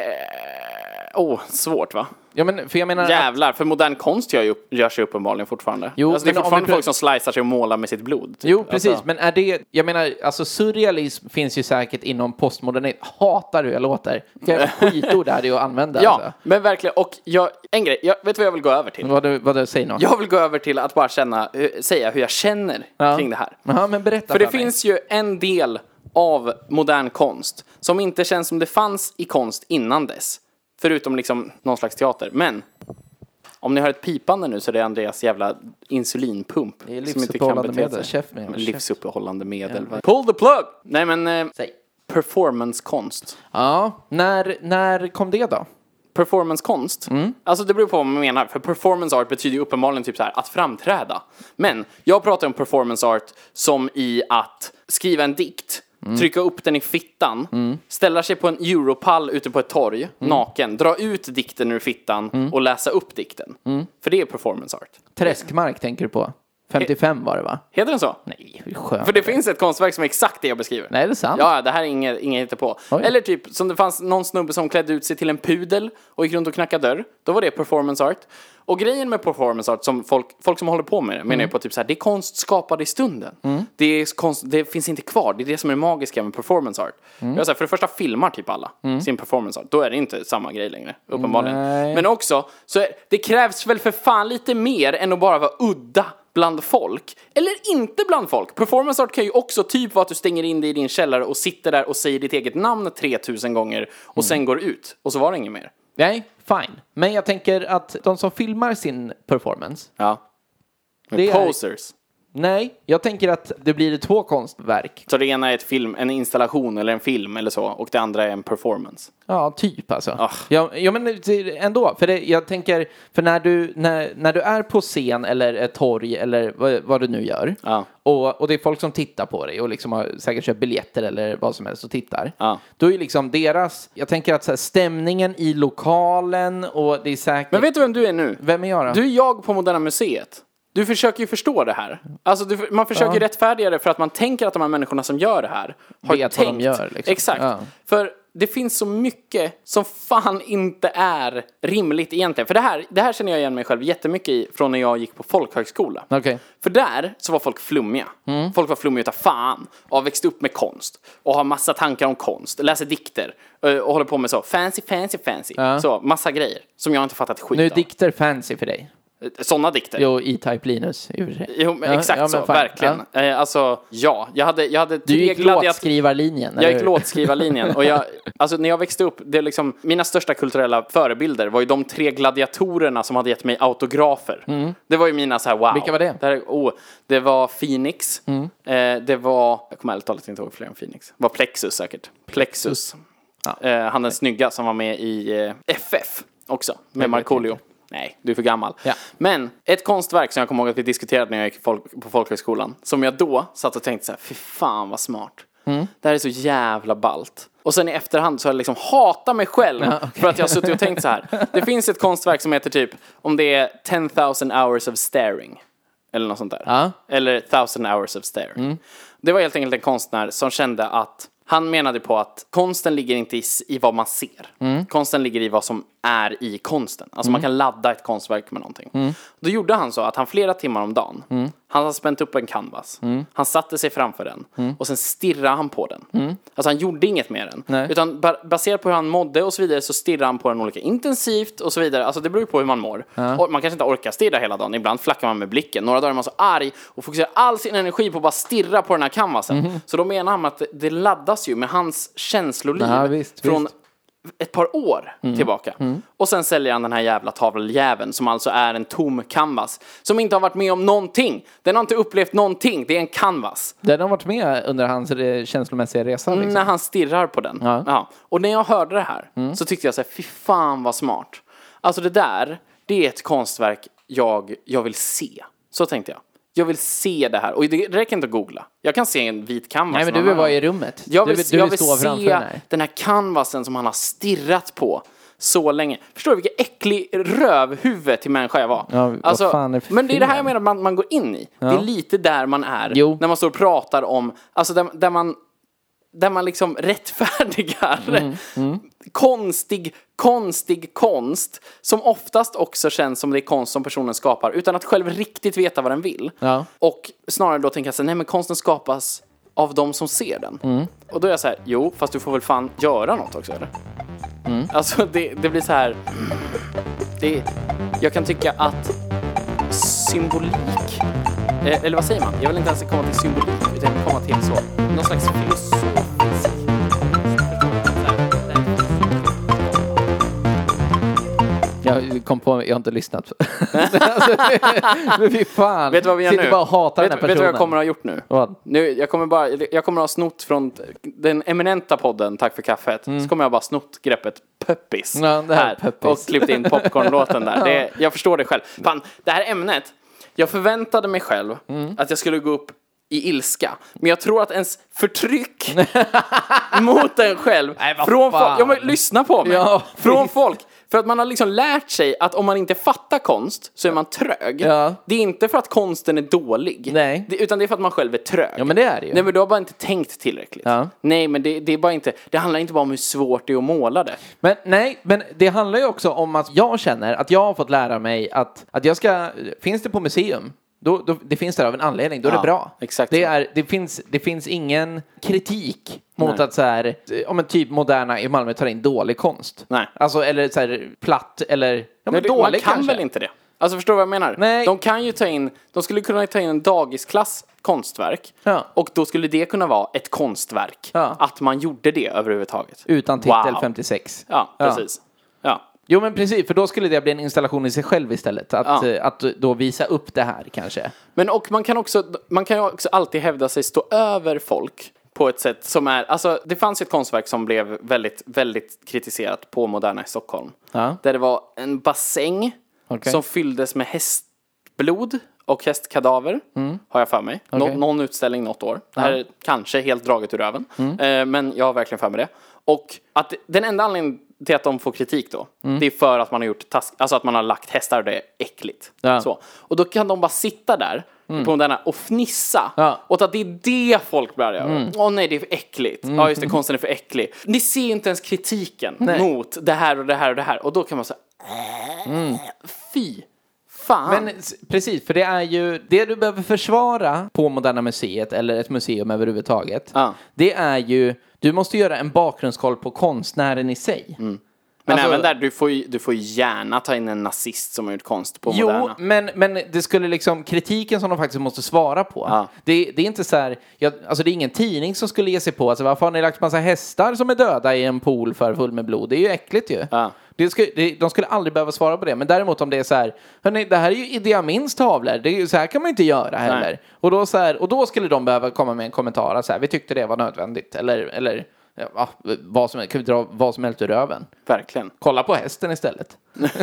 Åh, oh, svårt, va? Ja, men, för jag menar... Jävlar, för modern konst gör, ju, gör sig uppenbarligen fortfarande. Jo, alltså, det är men om fortfarande vi pr- folk som slicear sig och målar med sitt blod. Typ. Jo, precis. Alltså, Men är det... Jag menar, alltså surrealism finns ju säkert inom postmodernism. Hatar hur jag låter. Vilka skitord är det att använda? ja, Alltså. men verkligen. Och jag, en grej, jag vet vad jag vill gå över till. Vad du, vad du säger något. Jag vill gå över till att bara känna, eh, säga hur jag känner Ja. kring det här. Ja, men berätta För det mig. finns ju en del av modern konst som inte känns som det fanns i konst innan dess. Förutom liksom någon slags teater. Men om ni har ett pipande nu så är det Andreas jävla insulinpump. Det är som inte livsuppehållande kan bete medel. sig. Käft med. Men Käft. livsuppehållande medel. Ja. Pull the plug! Nej men, eh, Säg. performancekonst. Ja, när, när kom det då? Performancekonst? Mm. Alltså det beror på vad man menar. För performance art betyder ju uppenbarligen typ så här att framträda. Men jag pratar om performance art som i att skriva en dikt. Mm. Trycka upp den i fittan, mm. ställa sig på en europall ute på ett torg, mm. naken, dra ut dikten ur fittan mm. och läsa upp dikten. Mm. För det är performance art. Träskmark tänker du på? femtiofem var det, va? Heter den så? Nej, hur skönt. För det finns ett konstverk som är exakt det jag beskriver. Nej, är det sant? Ja, det här är inget, inget hittepå. Oj. Eller typ, som det fanns någon snubbe som klädde ut sig till en pudel och gick runt och knackade dörr. Då var det performance art. Och grejen med performance art, som folk, folk som håller på med det, menar jag på typ så här, det är konst skapad i stunden. Mm. Det, är konst, det finns inte kvar, det är det som är magiska med performance art. Mm. Jag säger, för det första filmar typ alla mm. sin performance art, då är det inte samma grej längre, uppenbarligen. Nej. Men också, så är, det krävs väl för fan lite mer än att bara vara udda bland folk. Eller inte bland folk. Performance art kan ju också typ vara att du stänger in dig i din källare och sitter där och säger ditt eget namn tre tusen gånger och mm. sen går ut. Och så var det inget mer. Nej, fine. Men jag tänker att de som filmar sin performance... Ja. Det posers. Är... Nej, jag tänker att det blir två konstverk. Så det ena är ett film, en installation eller en film eller så. Och det andra är en performance. Ja, typ alltså. Oh. Ja, ja, men ändå. För det, jag tänker, för när du, när, när du är på scen eller ett torg eller vad, vad du nu gör. Ja. Och, och det är folk som tittar på dig och liksom har säkert köpt biljetter eller vad som helst och tittar. Ja. Då är liksom deras, jag tänker att så här, stämningen i lokalen och det är säkert... Men vet du vem du är nu? Vem är jag då? Du är jag på Moderna Museet. Du försöker ju förstå det här. Alltså du, man försöker ja. rättfärdiga det för att man tänker att de här människorna som gör det här har vet tänkt. Vad de gör, liksom. Exakt. Ja. För det finns så mycket som fan inte är rimligt egentligen. För det här, det här känner jag igen mig själv jättemycket i från när jag gick på folkhögskola. Okay. För där så var folk flummiga. Mm. Folk var flummiga utav fan. Och har växt upp med konst. Och har massa tankar om konst. Läser dikter. Och håller på med så fancy, fancy, fancy. Ja. Så massa grejer som jag inte fattat skit Nu är av. dikter fancy för dig. Sådana dikter. Jo, E-Type Linus. Jo, men ja, exakt ja, så, men fan, verkligen. Ja. Eh, alltså, ja, jag hade, jag hade du gick gladiat- låtskrivarlinjen. Jag gick låtskrivarlinjen. Och jag, alltså när jag växte upp, det är liksom, mina största kulturella förebilder var ju de tre gladiatorerna som hade gett mig autografer. Mm. Det var ju mina så här, wow. Vilka var det? Det, här, oh, det var Phoenix. Mm. Eh, det var, jag kommer ärligt talat inte ihåg fler än Phoenix. Det var Plexus säkert. Plexus. Ja. Eh, han den snygga som var med i eh, F F också. Med Markoolio. Nej, du är för gammal. Ja. Men ett konstverk som jag kommer ihåg att vi diskuterade när jag gick folk, på folkhögskolan. Som jag då satt och tänkte så här, fy fan vad smart. Mm. Det här är så jävla ballt. Och sen i efterhand så har jag liksom hatat mig själv. Ja, okay. För att jag har suttit och tänkt så här. Det finns ett konstverk som heter typ, om det är ten thousand hours of staring. Eller något sånt där. Ja. Eller thousand hours of staring. Mm. Det var helt enkelt en konstnär som kände att han menade på att konsten ligger inte i, i vad man ser. Mm. Konsten ligger i vad som är i konsten. Alltså mm. man kan ladda ett konstverk med någonting. Mm. Då gjorde han så att han flera timmar om dagen, mm. han hade spänt upp en canvas. Mm. Han satte sig framför den. Mm. Och sen stirrade han på den. Mm. Alltså han gjorde inget med den. Nej. Utan baserat på hur han mådde och så vidare så stirrade han på den olika intensivt och så vidare. Alltså det beror ju på hur man mår. Ja. Och man kanske inte orkar stirra hela dagen. Ibland flackar man med blicken. Några dagar är man så arg och fokuserar all sin energi på att bara stirra på den här canvasen. Mm. Så då menar han att det laddas ju med hans känsloliv. Ja, visst, från visst. ett par år mm. tillbaka. Mm. Och sen säljer han den här jävla tavljäveln som alltså är en tom canvas. Som inte har varit med om någonting. Den har inte upplevt någonting. Det är en canvas. Den har varit med under hans känslomässiga resa. Liksom. När han stirrar på den. Ja. Ja. Och när jag hörde det här mm. så tyckte jag så här, fy fan vad smart. Alltså det där, det är ett konstverk jag, jag vill se. Så tänkte jag. Jag vill se det här. Och det räcker inte att googla. Jag kan se en vit canvas. Nej, men du vill vara i rummet. Jag vill, du vill, du jag vill vill stå se framför den, den här canvasen som han har stirrat på så länge. Förstår du vilken äcklig rövhuvud till människa jag var? Ja, alltså, fan är men det är det här jag menar man, man går in i. Ja. Det är lite där man är. Jo. När man står och pratar om... Alltså där, där man... Där man liksom rättfärdigar mm, mm. konstig, konstig konst som oftast också känns som det är konst som personen skapar utan att själv riktigt veta vad den vill. Ja. Och snarare då tänka sig, nej men konsten skapas av de som ser den. Mm. Och då är jag så här, jo, fast du får väl fan göra något också, eller? Mm. Alltså det, det blir så här... Det, jag kan tycka att symbolik... Eller vad säger man? Jag vill inte ens komma till symbolik utan komma till så någon slags filosofisk. Jag kom på, jag har inte lyssnat. Men fy fan. Vet du vad vi gör nu? Bara hatar vet, den här vet du vad jag kommer att ha gjort nu? Vad? Nu jag kommer bara jag kommer att ha snott från den eminenta podden Tack för kaffet. Mm. Så kommer jag bara snott greppet Puppis ja, det här, här Puppis. Och klippt in popcornlåten där. Det, jag förstår det själv. Fan, det här ämnet. Jag förväntade mig själv mm. att jag skulle gå upp i ilska. Men jag tror att ens förtryck mot en själv Nej, från folk, ja men lyssna på mig. Ja, från folk. För att man har liksom lärt sig att om man inte fattar konst så är man trög. Ja. Det är inte för att konsten är dålig. Nej. Det, utan det är för att man själv är trög. Ja, men det är det ju. Nej, men du har bara inte tänkt tillräckligt. Ja. Nej, men det, det är bara inte... Det handlar inte bara om hur svårt det är att måla det. Men nej, men det handlar ju också om att jag känner att jag har fått lära mig att, att jag ska... Finns det på museum? Då, då, det finns där av en anledning, då är ja, det bra. Exakt det, är, det, finns, det finns ingen kritik mot Nej. Att så här, om en typ Moderna i Malmö tar in dålig konst. Nej. Alltså, eller så här, platt, eller ja, men Nej, det, dålig man kan kanske. Väl inte det? Alltså förstår du vad jag menar? Nej. De kan ju ta in, de skulle kunna ta in en dagisklass konstverk. Ja. Och då skulle det kunna vara ett konstverk. Ja. Att man gjorde det överhuvudtaget. Utan titel wow. femtiosex. Ja, precis. Ja. ja. Jo men precis, för då skulle det bli en installation i sig själv istället. Att, ja. att då visa upp det här kanske. Men och man kan också, man kan ju också alltid hävda sig stå över folk på ett sätt som är, alltså det fanns ett konstverk som blev väldigt, väldigt kritiserat på Moderna i Stockholm. Ja. Där det var en bassäng okay. som fylldes med hästblod och hästkadaver, mm. har jag för mig. Okay. Nå- någon utställning något år. Det här ja. är kanske helt draget ur röven. Mm. Eh, men jag har verkligen för mig det. Och att den enda anledningen till att de får kritik då, mm. det är för att man har gjort task, alltså att man har lagt hästar och det är äckligt. Ja. Så. Och då kan de bara sitta där mm. på denna och fnissa. Ja. Och att det är det folk börjar göra. Mm. Åh nej, det är för äckligt. Mm. Ja just det, konsten är för äcklig. Ni ser inte ens kritiken nej. Mot det här och det här och det här. Och då kan man säga, mm. fy. Fan. Men precis, för det är ju det du behöver försvara på Moderna museet eller ett museum överhuvudtaget. Ja. Det är ju, du måste göra en bakgrundskoll på konstnären i sig. Mm. Men alltså, även där, du får ju, du får ju gärna ta in en nazist som har gjort konst på jo, Moderna. Jo, men, men det skulle liksom, kritiken som de faktiskt måste svara på. Ja. Det, det är inte så här, jag, alltså det är ingen tidning som skulle ge sig på, alltså varför har ni lagt massa hästar som är döda i en pool för full med blod? Det är ju äckligt ju. Ja. Det skulle, det, de skulle aldrig behöva svara på det. Men däremot om det är så här, hörni, det här är ju Idi Amins tavlor. Det är ju, så här kan man inte göra heller. Och då, så här, och då skulle de behöva komma med en kommentar. Så här, vi tyckte det var nödvändigt. Eller, eller ja, vad som, kan vi dra vad som helst ur röven? Verkligen. Kolla på hästen istället.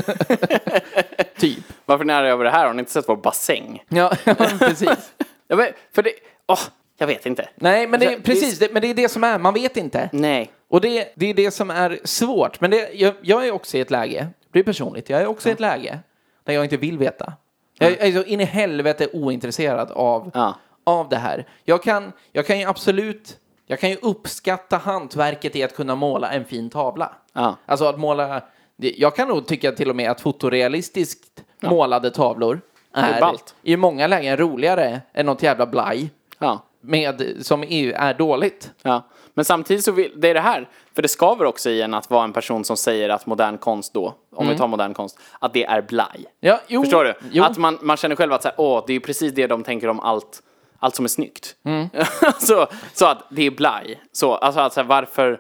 Typ. Varför ni är över det här? Har ni inte sett vår bassäng? Ja, precis. Ja, men, för det... Åh, jag vet inte. Nej, men det, alltså, precis. Det, men det är det som är. Man vet inte. Nej. Och det, det är det som är svårt. Men det, jag, jag är också i ett läge, det är personligt, jag är också i ett läge där jag inte vill veta. Jag är så in i helvete ointresserad av, ja. av det här. Jag kan, jag kan ju absolut, jag kan ju uppskatta hantverket i att kunna måla en fin tavla. Ja. Alltså att måla, jag kan nog tycka till och med att fotorealistiskt ja. målade tavlor är, är i många lägen roligare än något jävla blaj. Ja. Med, som är, är dåligt. Ja. Men samtidigt så vill, det är det här, för det skaver också i en att vara en person som säger att modern konst då, om mm. vi tar modern konst, att det är blaj. Ja, jo, förstår du? Jo. Att man, man känner själv att så här, åh, det är precis det de tänker om allt, allt som är snyggt. Mm. så, så att det är blaj. Så, alltså att så här, varför,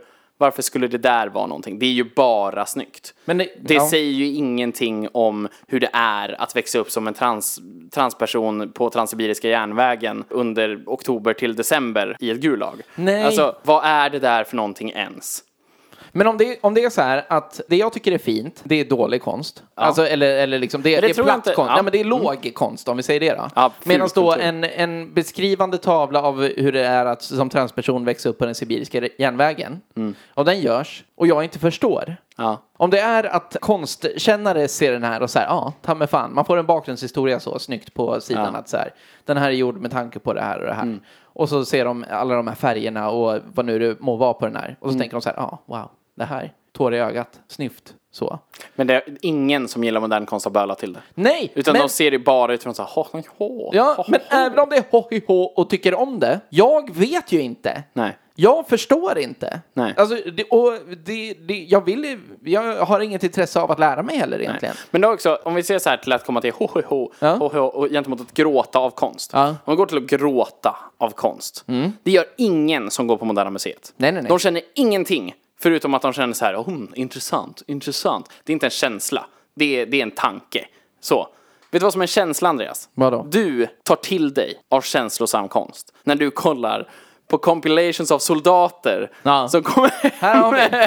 varför skulle det där vara någonting? Det är ju bara snyggt. Men det, det ja. säger ju ingenting om hur det är att växa upp som en trans, transperson på Transsibiriska järnvägen under oktober till december i ett gulag. Nej. Alltså, vad är det där för någonting ens? Men om det, om det är så här att det jag tycker är fint, det är dålig konst. Ja. Alltså, eller, eller liksom, det, det, det är platt konst. Ja. Nej, men det är låg mm. konst, om vi säger det då. Ja, medan då en, en beskrivande tavla av hur det är att som transperson växa upp på den sibiriska järnvägen. Mm. Och den görs, och jag inte förstår. Ja. Om det är att konstkännare ser den här och säger, ja, ta mig fan. Man får en bakgrundshistoria så snyggt på sidan ja. att så här, den här är gjord med tanke på det här och det här. Mm. Och så ser de alla de här färgerna och vad nu det må vara på den här. Och så mm. tänker de så här, ja, wow. Det här, tår i ögat, snyft, så. Men det är ingen som gillar modern konst att böla till det. Nej! Utan men, de ser det bara utifrån så här, ho, ho, ho, ja, ho, men ho. även om det är ho, ho, ho och tycker om det, jag vet ju inte. Nej. Jag förstår inte. Nej. Alltså, det, och det, det, jag vill, jag har inget intresse av att lära mig heller egentligen. Nej. Men då också, om vi ser så här till att komma till ho, ho, ho, ja. ho, ho och gentemot att gråta av konst. Ja. Om man går till att gråta av konst, mm. det gör ingen som går på Moderna Museet. Nej, nej, nej. De känner ingenting. Förutom att de känner så här, oh, intressant, intressant. Det är inte en känsla, det är, det är en tanke. Så, vet du vad som är en känsla, Andreas? Vadå? Du tar till dig av känslosam konst. När du kollar på compilations av soldater ja. som kommer med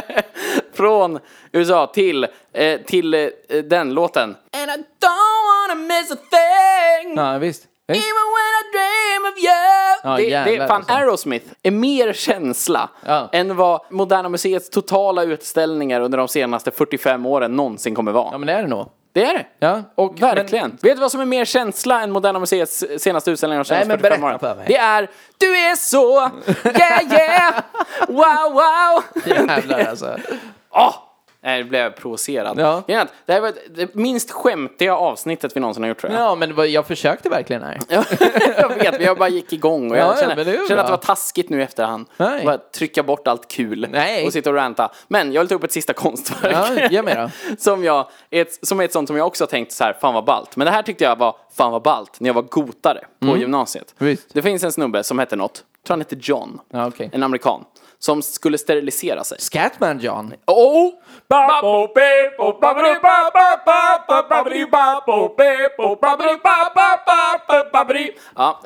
från U S A till, eh, till eh, den låten. And I don't wanna miss a thing. Ja, visst. Even when I dream of you. Ja, det, jävlar, det är fan alltså. Aerosmith är mer känsla ja. än vad Moderna Museets totala utställningar under de senaste fyrtiofem åren någonsin kommer vara. Ja, men det är det nog. Det är det. Ja, och verkligen. Men, vet du vad som är mer känsla än Moderna Museets senaste utställning de senaste fyrtiofem åren? Det är du är så yeah yeah wow wow. Jävlar alltså. Åh. Oh. Nej, det blev provocerad. Ja. Det här var det minst skämtiga avsnittet vi någonsin har gjort, tror jag. Ja, men jag försökte verkligen här. Jag vet, vi har bara gick igång. Och jag ja, känner, ja, känner att det var taskigt nu efterhand. Nej. Bara trycka bort allt kul. Nej. Och sitta och ranta. Men jag vill ta upp ett sista konstverk. Ja, ge mig då. som, jag, ett, som är ett sånt som jag också har tänkt så här, fan vad ballt. Men det här tyckte jag var fan vad ballt när jag var gotare på mm. gymnasiet. Visst. Det finns en snubbe som heter något. Jag tror han heter John. Ja, okay. En amerikan. Som skulle sterilisera sig. Scatman John. Oh! Ja,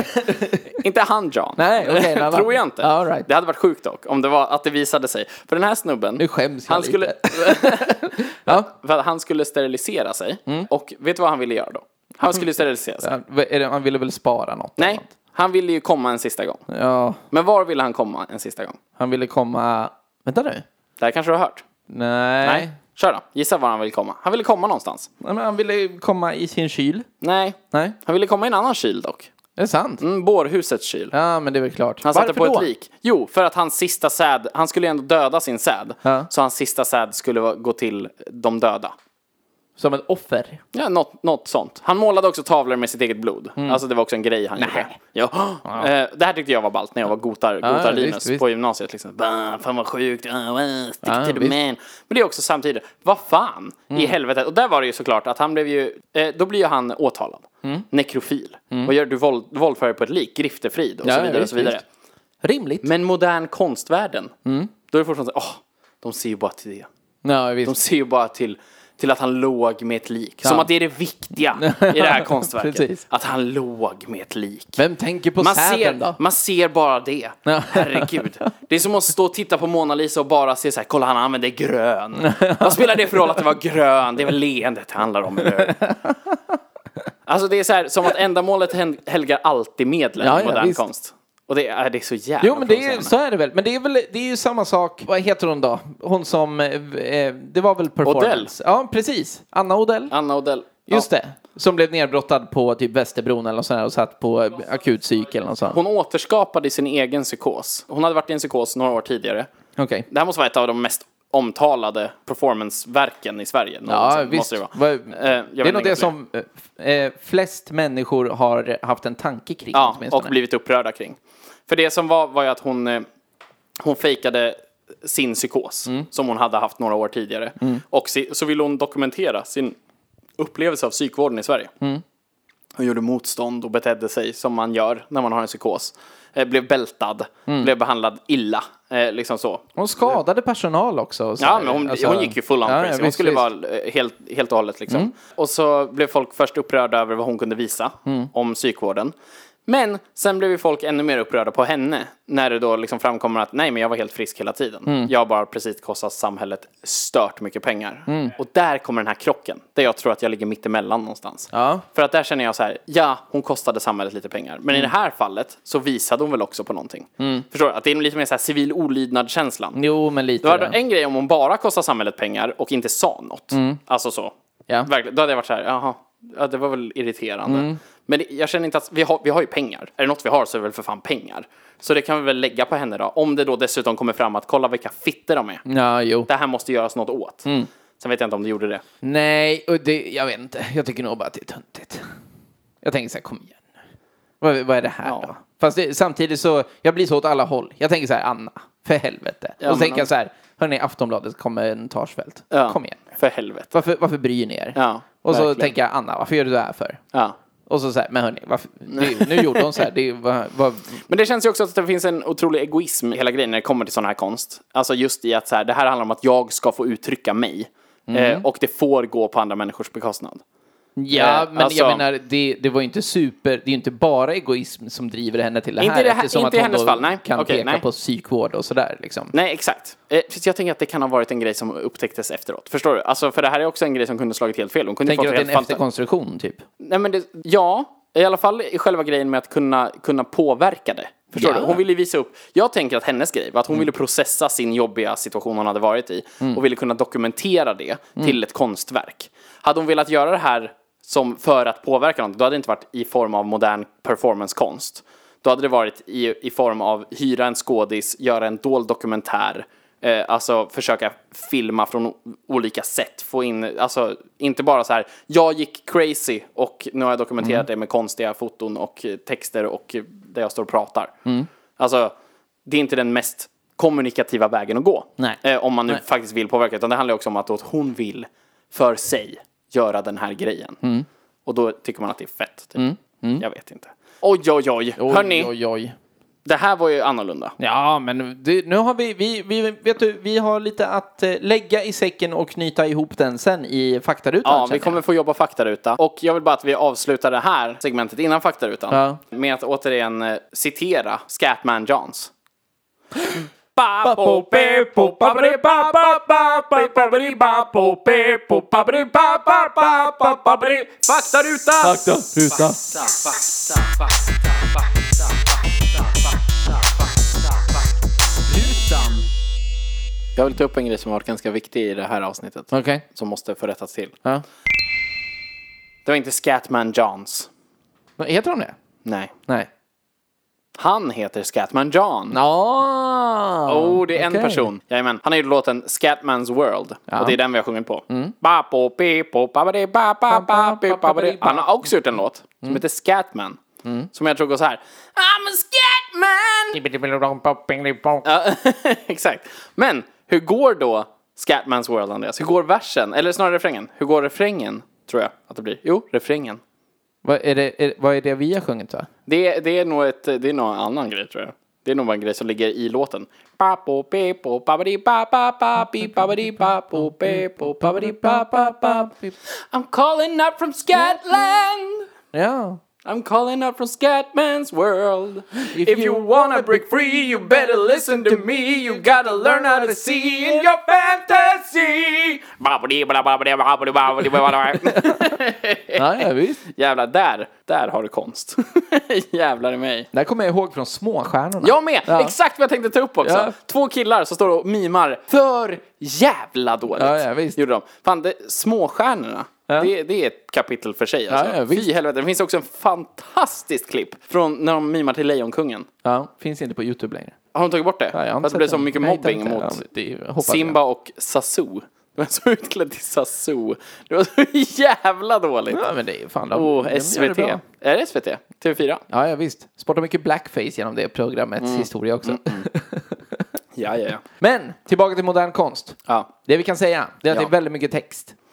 inte han John. Nej, okej. Okay, tror jag inte. All right. Det hade varit sjukt dock om det var att det visade sig. För den här snubben, nu skäms jag han skulle lite. ja. För att han skulle sterilisera sig. Mm. Och vet du vad han ville göra då? Han skulle sterilisera sig. Ja, han ville väl spara något? Nej. Han ville ju komma en sista gång. Ja. Men var ville han komma en sista gång? Han ville komma... Vänta nu. Det här kanske du har hört. Nej. Nej. Kör då. Gissa var han ville komma. Han ville komma någonstans. Nej, men han ville komma i sin kyl. Nej. Nej. Han ville komma i en annan kyl dock. Är det sant? Mm, bårhusets kyl. Ja, men det är väl klart. Han satte på då? Ett lik. Jo, för att hans sista säd... Han skulle ändå döda sin säd. Ja. Så hans sista säd skulle gå till de döda. Som ett offer? Ja, något, något sånt. Han målade också tavlor med sitt eget blod. Mm. Alltså det var också en grej han Nej. gjorde. Ja. Ja. Eh, det här tyckte jag var ballt när jag var gotar, ja, gotar Linus visst, visst. på gymnasiet. Liksom. Bah, fan vad sjukt. Oh, well, stick ja, to the man. Men det är också samtidigt, vad fan mm. i helvetet. Och där var det ju såklart att han blev ju, eh, då blir ju han åtalad. Mm. Nekrofil. Mm. Och gör du våld, våldför på ett lik, griftefrid och ja, så vidare visst, och så vidare. Visst. Rimligt. Men modern konstvärlden, mm. då är det fortfarande så, åh, oh, de ser ju bara till det. Ja, visst. De ser ju bara till... till att han låg med ett lik. Ja. Som att det är det viktiga i det här konstverket. Att han låg med ett lik. Vem tänker på man säden ser, då? Man ser bara det. Ja. Herregud. Det är som att stå och titta på Mona Lisa och bara se så här, kolla han använder grön. Vad spelar det för roll att det var grön? Det är väl leendet det handlar om. Eller? Alltså det är så här, som att ändamålet helgar alltid medlen ja, i modern ja, visst. konst. Och det är, det är så jävla Jo, men det är, så är det väl. Men det är väl det är ju samma sak. Vad heter hon då? Hon som eh, det var väl performance. Odell. Ja, precis. Anna Odell. Anna Odell. Just ja. det. Som blev nedbrottad på typ Västerbron eller sådär och satt på akutpsyk eller något sånt. Hon återskapade sin egen psykos. Hon hade varit i en psykos några år tidigare. Okej. Okay. Det här måste vara ett av de mest omtalade performanceverken i Sverige. Ja, visst. Det, det, eh, det är nog det som eh, flest människor har haft en tanke kring. Ja, och blivit upprörda kring. För det som var var ju att hon, eh, hon fejkade sin psykos mm. som hon hade haft några år tidigare. Mm. Och så, så ville hon dokumentera sin upplevelse av psykvården i Sverige. Mm. Hon gjorde motstånd och betedde sig som man gör när man har en psykos. Eh, blev bältad, mm. blev behandlad illa, eh, liksom så. Hon skadade personal också. Ja, men hon, alltså, hon gick ju full on ja, crazy. Hon visst, skulle visst. vara helt, helt och hållet liksom. Mm. Och så blev folk först upprörda över vad hon kunde visa mm. om psykvården. Men sen blev ju folk ännu mer upprörda på henne när det då liksom framkommer att nej, men jag var helt frisk hela tiden. Mm. Jag har bara precis kostat samhället stört mycket pengar. Mm. Och där kommer den här krocken, där jag tror att jag ligger mitt emellan någonstans. Ja. För att där känner jag så här, ja, hon kostade samhället lite pengar. Men mm. i det här fallet så visade hon väl också på någonting. Mm. Förstår du? Att det är lite mer så här civil olydnad-känslan. Jo, men lite. Det var en grej om hon bara kostade samhället pengar och inte sa något. Mm. Alltså så. Ja. Verkligen. Då hade jag varit så här, jaha. Ja, det var väl irriterande. Mm. Men det, jag känner inte att vi har, vi har ju pengar. Är det något vi har så är det väl för fan pengar. Så det kan vi väl lägga på henne då. Om det då dessutom kommer fram att kolla vilka fitter de är. Ja, jo. Det här måste göras något åt. Mm. Sen vet jag inte om det gjorde det. Nej, och det, jag vet inte. Jag tycker nog bara att det är töntigt. Jag tänker så här, kom igen. Vad, vad är det här ja. då? Fast det, samtidigt så, jag blir så åt alla håll. Jag tänker så här, Anna, för helvete. Ja, och så tänker jag så här, hörni, Aftonbladet kommentarsfält. Ja, kom igen. För helvete. Varför, varför bryr ni er? Ja, och så verkligen. tänker jag, Anna, varför gör du det här för? Ja. Och så säger men hörni, varför, det, nu gjorde hon så här. Det var, var... Men det känns ju också att det finns en otrolig egoism i hela grejen när det kommer till sån här konst. Alltså just i att så här, det här handlar om att jag ska få uttrycka mig. Mm. Eh, och det får gå på andra människors bekostnad. Ja, eh, men alltså, jag menar, det, det var ju inte super, det är ju inte bara egoism som driver henne till det inte här. Det här eftersom inte att hon hennes fall, nej. kan okay, peka nej. på psykvård och sådär liksom. Nej, exakt. Eh, för jag tänker att det kan ha varit en grej som upptäcktes efteråt. Förstår du? Alltså, för det här är också en grej som kunde slagit helt fel. Hon kunde tänker du att det är en fanta- efterkonstruktion typ? Nej, men det, ja, i alla fall i själva grejen med att kunna, kunna påverka det. Förstår ja. du? Hon ville visa upp. Jag tänker att hennes grej var att hon mm. ville processa sin jobbiga situation hon hade varit i. Mm. Och ville kunna dokumentera det mm. till ett konstverk. Hade hon velat göra det här som för att påverka något, då hade det inte varit i form av modern performancekonst. Då hade det varit i, i form av hyra en skådis, göra en dold dokumentär. Eh, alltså försöka filma från olika sätt. Få in, alltså inte bara så här, jag gick crazy och nu har jag dokumenterat mm. det med konstiga foton och texter och där jag står och pratar. Mm. Alltså, det är inte den mest kommunikativa vägen att gå. Nej. Eh, om man nu Nej. faktiskt vill påverka. Utan det handlar också om att hon vill för sig göra den här grejen. Mm. Och då tycker man att det är fett. Typ. Mm. Mm. Jag vet inte. Oj, oj, oj. oj Hörni. Oj, oj. Det här var ju annorlunda. Ja, men det, nu har vi, vi, vi, vet du, vi har lite att eh, lägga i säcken och knyta ihop den sen i faktarutan. Ja, vi kommer få jobba faktaruta. Och jag vill bara att vi avslutar det här segmentet innan faktarutan. Ja. Med att återigen eh, citera Scatman Johns. Faktaruta! Faktaruta! Jag vill ta upp en grej som har varit ganska viktig i det här avsnittet. Okej. Okay. Som måste få rättas till. Ja. Det var inte Scatman Johns. Heter hon det? Nej. Nej. Han heter Scatman John. Oh, oh, det är okay. en person. Jajamän. Han har gjort låten Scatman's World. Ja. Och det är den vi har sjungit på. Mm. Han har också gjort en låt som mm. heter Scatman. Mm. Som jag tror går så här. I'm a Scatman! Ja, exakt. Men hur går då Scatman's World, Andreas? Hur går versen? Eller snarare refrängen. Hur går refrängen, tror jag att det blir? Jo, refrängen. Vad är det, är, vad är det vi har sjungit, va? Det, det är nog ett, det är nog en annan grej, tror jag. Det är nog en grej som ligger i låten. I'm calling up from Scotland. Ja. I'm calling up from Scatman's World. If, if you wanna break free, you better listen to me. You gotta learn how to see in your fantasy. Ja, ja, visst. Jävlar, där, där har du konst. Jävlar i mig. Det kommer jag ihåg från Småstjärnorna. Jag med, ja. Exakt vad jag tänkte ta upp också. Ja. Två killar som står och mimar för jävla dåligt. Ja, ja, visst. Gjorde de. Fan, det, Småstjärnorna. Ja. Det, det är ett kapitel för sig alltså. Ja, ja, Fy helvete. Det finns också en fantastisk klipp från när de mimar till Lejonkungen. Ja, finns inte på YouTube längre. Har de tagit bort det? Ja, för att det blev så mycket mobbing mot ja, det, Simba jag. och Sasu. De var så utklädd till Sasu. Det var så jävla dåligt. Ja, men det är fan de, oh, S V T. Det är det S V T? T V fyra? Ja, ja, visst. Sportar mycket blackface genom det programmets mm. historia också. Mm, mm. Ja, ja, ja. Men, tillbaka till modern konst. Ja. Det vi kan säga, det är att ja. det är väldigt mycket text.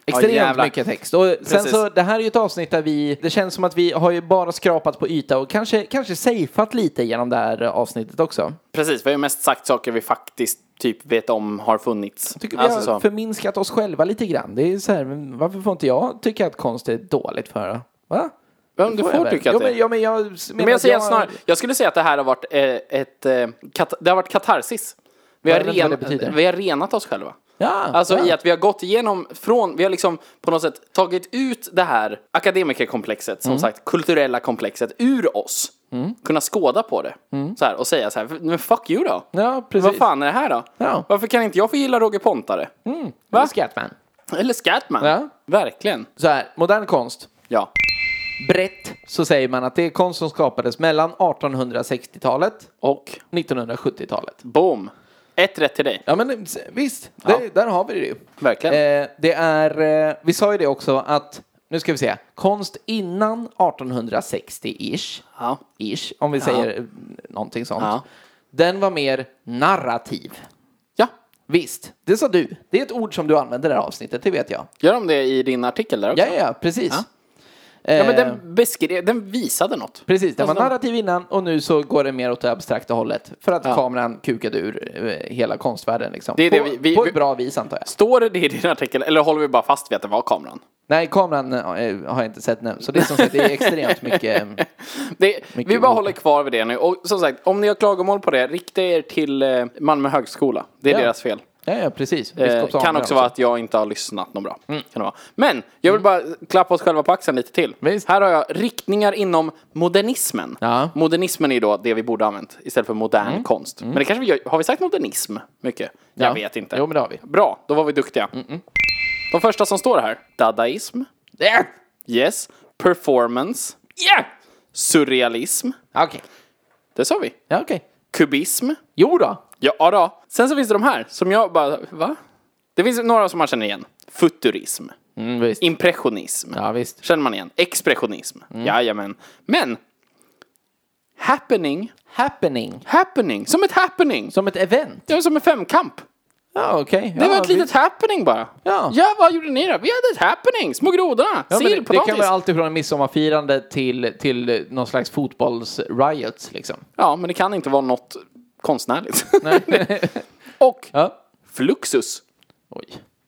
Extremt jävlar. mycket text. Och sen Precis. så, det här är ju ett avsnitt där vi, det känns som att vi har ju bara skrapat på yta och kanske, kanske safeat lite genom det här avsnittet också. Precis, vi har ju mest sagt saker vi faktiskt typ vet om har funnits. Jag tycker vi alltså, har så. förminskat oss själva lite grann. Det är så här, men varför får inte jag tycka att konst är dåligt för det? Va? Ja, du Får får jag väl? tycka att Jo, det men, ja, men jag Men jag säger snarare, jag skulle säga att det här har varit eh, ett, eh, kat- det har varit katarsis. Vi har, Jag vet inte vad det ren, betyder. vi har renat oss själva. Ja, Alltså ja. i att vi har gått igenom från, vi har liksom på något sätt tagit ut det här akademikerkomplexet, som Mm. sagt, kulturella komplexet ur oss. Mm. Kunna skåda på det. Så här, och säga så här, men fuck you då. Ja, precis. Vad fan är det här då? Ja. Varför kan inte jag få gilla Roger Pontare? Mm. Va? Scatman. Eller Scatman. Ja. Verkligen. Så här, modern konst. Ja. Brett så säger man att det är konst som skapades mellan artonhundrasextiotalet Och nittonhundrasjuttiotalet. boom. Ett rätt till dig. Ja, men visst, Ja. det, där har vi det ju. Verkligen. Eh, det är, eh, vi sa ju det också att, nu ska vi se, konst innan artonhundrasextio-ish, Ja. ish, om vi säger eh, någonting sånt, Ja. den var mer narrativ. Ja. Visst, det sa du. Det är ett ord som du använder i det här avsnittet, det vet jag. Gör de det i din artikel där också? Ja, ja, ja, precis. Ja. Eh, Ja, men den beskrev, den visade något. Precis, den var Alltså, de- narrativ innan och nu så går det mer åt det abstrakta hållet. För att Ja. kameran kukade ur eh, hela konstvärlden liksom. Det är det på, vi- vi- på vi- ett bra vis antar jag. Står det i din artikel, eller håller vi bara fast vid att det var kameran? Nej, kameran eh, har jag inte sett nu. Så det är som sagt, det är extremt mycket. eh, Det, Mycket vi bara ord. håller kvar vid det nu. Och som sagt, om ni har klagomål på det, rikta er till eh, Malmö högskola. Det är Ja. deras fel. Ja, ja, precis. Eh, Biskops kan Arne också vara att jag inte har lyssnat något bra. Kan det vara. Men jag vill bara klappa oss själva på axeln lite till. Visst. Här har jag riktningar inom modernismen. Ja. Modernismen är ju då det vi borde ha använt istället för modern konst. Men det kanske vi gör. Har vi sagt modernism mycket? Jag Ja. vet inte. Jo, men det har vi. Bra, då var vi duktiga. De första som står här. Dadaism. Yeah! Yes. Performance. Yeah! Surrealism. Okej. Det sa vi. Ja, okej. Kubism. Jo då. Ja då. Sen så finns det de här som jag bara, va? Det finns några som man känner igen. Futurism. Mm, visst. Impressionism. Ja, visst. Känner man igen. Expressionism. Mm. Jajamän. Men happening. Happening. Happening. Som ett happening. Som ett event. Det var som en femkamp. Ja, okej. Det ja, var ett litet visst. happening bara. Ja. Ja, vad gjorde ni då? Vi hade ett happening. Små grodorna. Ja, men Sill, det, det potatis. kan vara allt ifrån en midsommarfirande till, till någon slags fotbolls-riots liksom. Ja, men det kan inte vara något konstnärligt. Och Ja. fluxus. Oj.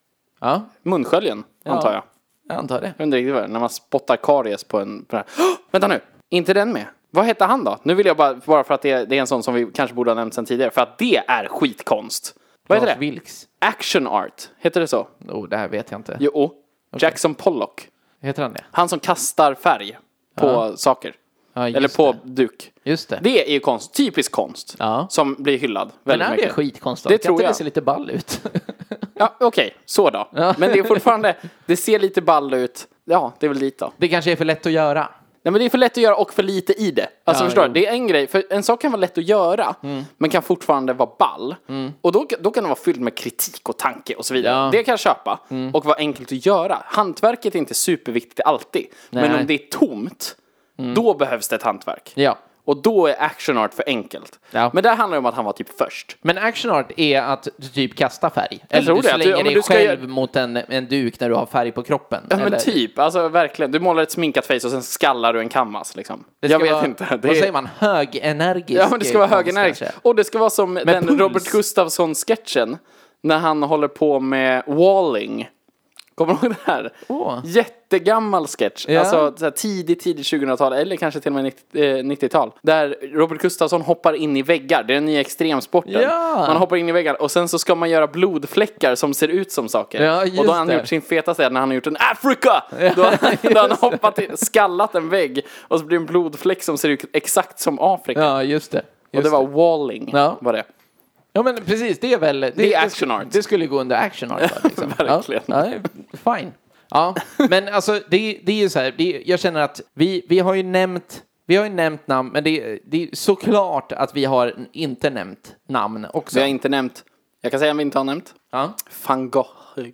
Ja, Munsköljen, antar jag. jag antar det. Jag undrar riktigt vad det är. När man spottar karies på en... På den här. Oh, vänta nu! Inte den med. Vad hette han då? Nu vill jag bara... Bara för att det är, det är en sån som vi kanske borde ha nämnt sen tidigare. För att det är skitkonst. Vad heter Lars det? Vilks. Action art. Heter det så? Oh, det här vet jag inte. Jo. Jackson Pollock. Heter han det? Han som kastar färg på Ja. saker. Ja, just Eller på det. duk. Just det. Det är ju konst. Typisk konst. Ja. Som blir hyllad Men väldigt är det mycket. skitkonst? Det Kan tror inte jag. det ser lite ball ut? Ja, okej. Så då. Ja. Men det är fortfarande... Det ser lite ball ut. Ja, det är väl dit då. Det kanske är för lätt att göra. Nej, men det är för lätt att göra och för lite i det. Alltså Ja, förstår du? jo. Det är en grej, för en sak kan vara lätt att göra, Mm. men kan fortfarande vara ball. Och då, då kan det vara fylld med kritik och tanke och så vidare. Ja. Mm. Det kan jag köpa och vara enkelt att göra. Hantverket är inte superviktigt alltid. Men Nej. om det är tomt, då behövs det ett hantverk. Ja. Och då är action art för enkelt. Ja. Men där handlar det om att han var typ först. Men action art är att du typ kastar färg. Eller tror du det, att du- slänger ja, men dig du ska själv göra- mot en, en duk när du har färg på kroppen. Ja, eller? men typ, alltså verkligen. Du målar ett sminkat face och sen skallar du en canvas liksom. Det ska Jag vet vara, inte. Det Vad är- säger man? Högenergisk Ja, men det ska vara konst, högenergiskt. kanske. Och det ska vara som den puls. Robert Gustafsson-sketchen. När han håller på med walling. Kommer du ihåg det här? Åh. Jättegammal sketch. Ja. Alltså så här, tidigt, tidigt tjugohundratal. Eller kanske till och med nittio, eh, nittiotal. Där Robert Gustafsson hoppar in i väggar. Det är den nya extremsporten. Ja. Man hoppar in i väggar. Och sen så ska man göra blodfläckar som ser ut som saker. Ja, just och då har han det. gjort sin fetaste när han har gjort en Africa. Då, då har han hoppat in, skallat en vägg. Och så blir det en blodfläck som ser ut exakt som Afrika. Ja, just det. Och Just det var walling. Ja. Var det. Ja, men precis. Det är väl... Det, Det är action art. Det skulle gå under action art. va, Liksom. Verkligen. Ja, ja, fine. Ja, men alltså det, det är ju så här. Det, jag känner att vi, vi har ju nämnt... Vi har ju nämnt namn, men det, det är såklart att vi har inte nämnt namn också. Vi har inte nämnt, jag kan säga om vi inte har nämnt, Ja. Van Gogh.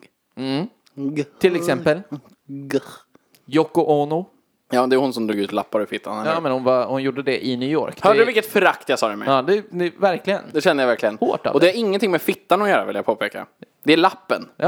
Mm. G- Till exempel G- Yoko Ono. Ja, det är hon som drog ut lappar ur fittan. eller? Ja, men hon, var, hon gjorde det i New York. Hörde det, du vilket förakt jag sa det med? Ja, det, det verkligen. Det känner jag verkligen. Hårt av Och det dig. har ingenting med fittan att göra, vill jag påpeka. Det är lappen. Ja.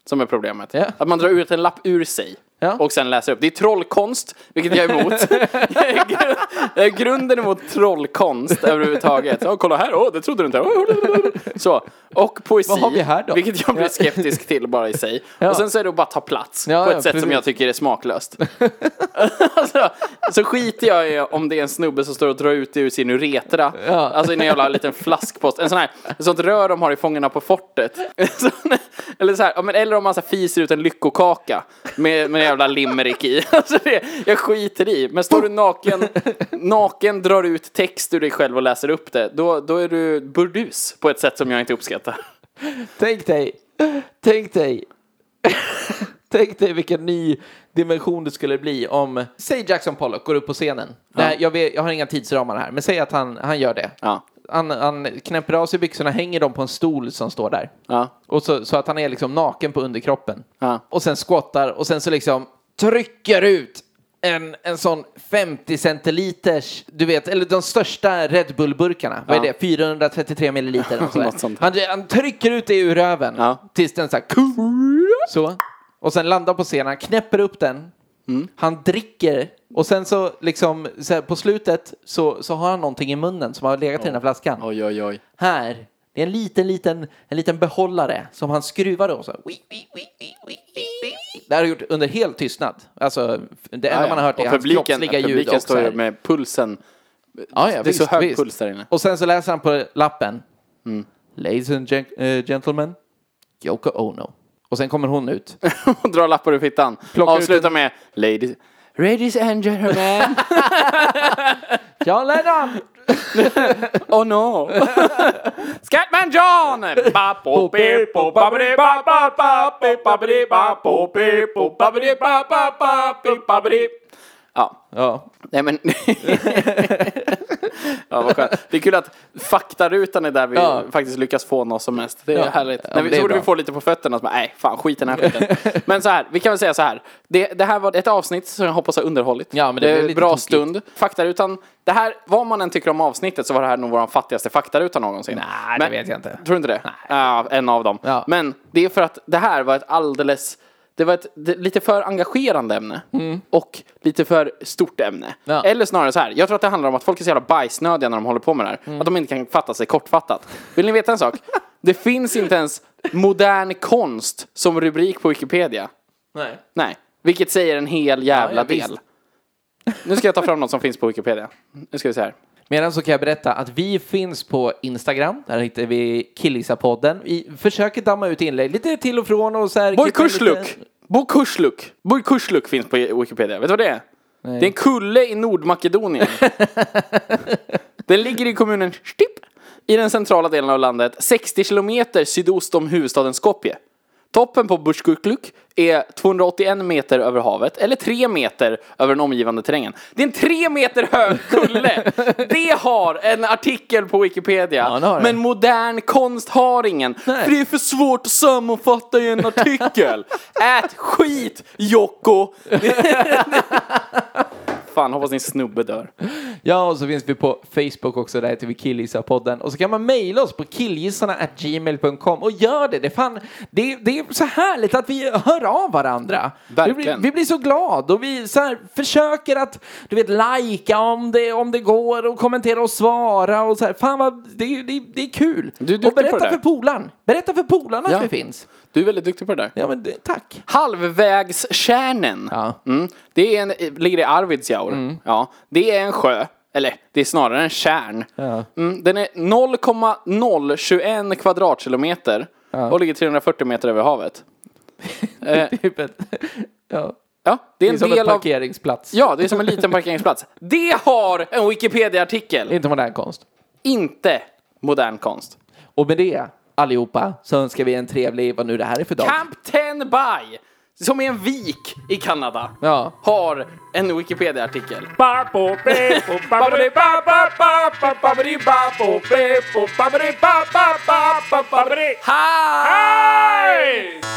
som är problemet. Ja. Att man drar ut en lapp ur sig. Ja. Och sen läser upp. Det är trollkonst, vilket jag är emot. jag, är gru- jag är grunden emot trollkonst överhuvudtaget. Ja, kolla här, oh, det trodde du inte. Så. Och poesi, vad har vi här då? Vilket jag blir skeptisk till bara i sig. Ja. Och sen så är det att bara ta plats ja, på ett ja, sätt precis. som jag tycker är smaklöst. alltså, så skiter jag i om det är en snubbe som står och drar ut det ur sin uretra. Ja. Alltså en jävla liten flaskpost. En sån här, ett sånt rör de har i Fångarna på fortet. eller, så här, eller om man så här fiser ut en lyckokaka med, med en jävla limerick i. Alltså det, jag skiter i. Men står du naken, naken, drar ut text ur dig själv och läser upp det, då, då är du burdus på ett sätt som jag inte uppskattar. Tänk dig, tänk dig, tänk dig vilken ny dimension det skulle bli om, säg Jackson Pollock går upp på scenen. Ja. Nej, jag, vet, jag har inga tidsramar här, men säg att han, han gör det. Ja. Han, han knäpper av sig byxorna, hänger dem på en stol som står där. Ja. Och så, så att han är liksom naken på underkroppen. Ja. Och sen squattar och sen så liksom trycker ut en, en sån femtio centiliters, du vet, eller de största Red Bull-burkarna. Ja. Vad är det? fyrahundratrettiotre milliliter. han, han trycker ut det ur röven. Ja. Tills den så här, så. Och sen landar på scenen, han knäpper upp den. Mm. Han dricker. Och sen så liksom så här, på slutet så, så har han någonting i munnen som har legat oh. i den här flaskan. Oj, oj, oj. Här. Det är en liten, liten, en liten behållare som han skruvar då. Så. Det har gjort under helt tystnad. Alltså, det enda ja, ja. man har hört är hans kroppsliga ljud. Publiken står ju med pulsen. Ja, ja, det är visst, så hög visst. puls där inne. Och sen så läser han på lappen. Mm. Ladies and gen- uh, gentlemen, Yoko Ono. Och sen kommer hon ut. och drar lappar ur fittan. Avslutar med Ladies, ladies and gentlemen. John Lennon. Oh no. Scatman John. Ja. Ja. Nej men ja, vad skönt. Det är kul att faktarutan är där vi ja. faktiskt lyckas få något som mest. Det är ja. härligt. Ja, Nej, så borde vi få lite på fötterna som nej, fan skit den här skiten. Men så här, vi kan väl säga så här. Det, det här var ett avsnitt som jag hoppas har underhållit. Ja, men det är en bra tokigt. stund. Faktarutan, det här, vad man än tycker om avsnittet så var det här nog vår fattigaste faktaruta någonsin. Nej, men, det vet jag inte. Tror du inte det? Nej. Ja, en av dem. Ja. Men det är för att det här var ett alldeles Det var ett det, lite för engagerande ämne. Mm. Och lite för stort ämne. Ja. Eller snarare så här. Jag tror att det handlar om att folk är så jävla bajsnödiga när de håller på med det här. Mm. Att de inte kan fatta sig kortfattat. Vill ni veta en sak? Det finns inte ens modern konst som rubrik på Wikipedia. Nej. Nej. Vilket säger en hel jävla ja, del. Nu ska jag ta fram något som finns på Wikipedia. Nu ska vi se här. Medan så kan jag berätta att vi finns på Instagram. Där hittar vi Killgissarpodden. Vi försöker damma ut inlägg lite till och från. Och så här, Boy Kursluk. Lite... Boy Kursluk. Boy Kursluk finns på Wikipedia. Vet du vad det är? Nej. Det är en kulle i Nordmakedonien. Den ligger i kommunen Stipp. I den centrala delen av landet. sextio kilometer sydost om huvudstaden Skopje. Toppen på Bushkukluk är tvåhundraåttioen meter över havet. Eller tre meter över den omgivande terrängen. Det är en tre meter hög kulle. Det har en artikel på Wikipedia. Ja, men modern konst har ingen. Nej. För det är för svårt att sammanfatta i en artikel. Ät skit, Jocko. Fan, hoppas din snubbe dör. Ja, och så finns vi på Facebook också. Där heter vi Killgissarpodden. Och så kan man mejla oss på killgissarna at gmail dot com. Och gör det. Det, fan, det, det är så härligt att vi hör av varandra. Vi blir, vi blir så glada. Och vi så här, försöker att, du vet, likea om det, om det går. Och kommentera och svara. Och så här. Fan, vad, det, det, det är kul. Du är och berätta för polaren. Berätta för polarna ja. att vi finns. Du är väldigt duktig på det där. Ja, men det, tack. Halvvägskärnen. Ja. Mm. Det är en, ligger i Arvidsjaur. Mm. Ja. Det är en sjö. Eller, det är snarare en kärn. Ja. Mm. Den är noll komma noll tjugoen kvadratkilometer. Ja. Och ligger trehundrafyrtio meter över havet. eh. ja. Ja, det är, det är en som del en parkeringsplats. Av... Ja, det är som en liten parkeringsplats. Det har en Wikipedia-artikel. Inte modern konst. Inte modern konst. Och med det, allihopa, så önskar vi en trevlig, vad nu det här är för dag. Camp Ten Bay, som är en vik i Kanada, ja. har en Wikipedia-artikel. Hej!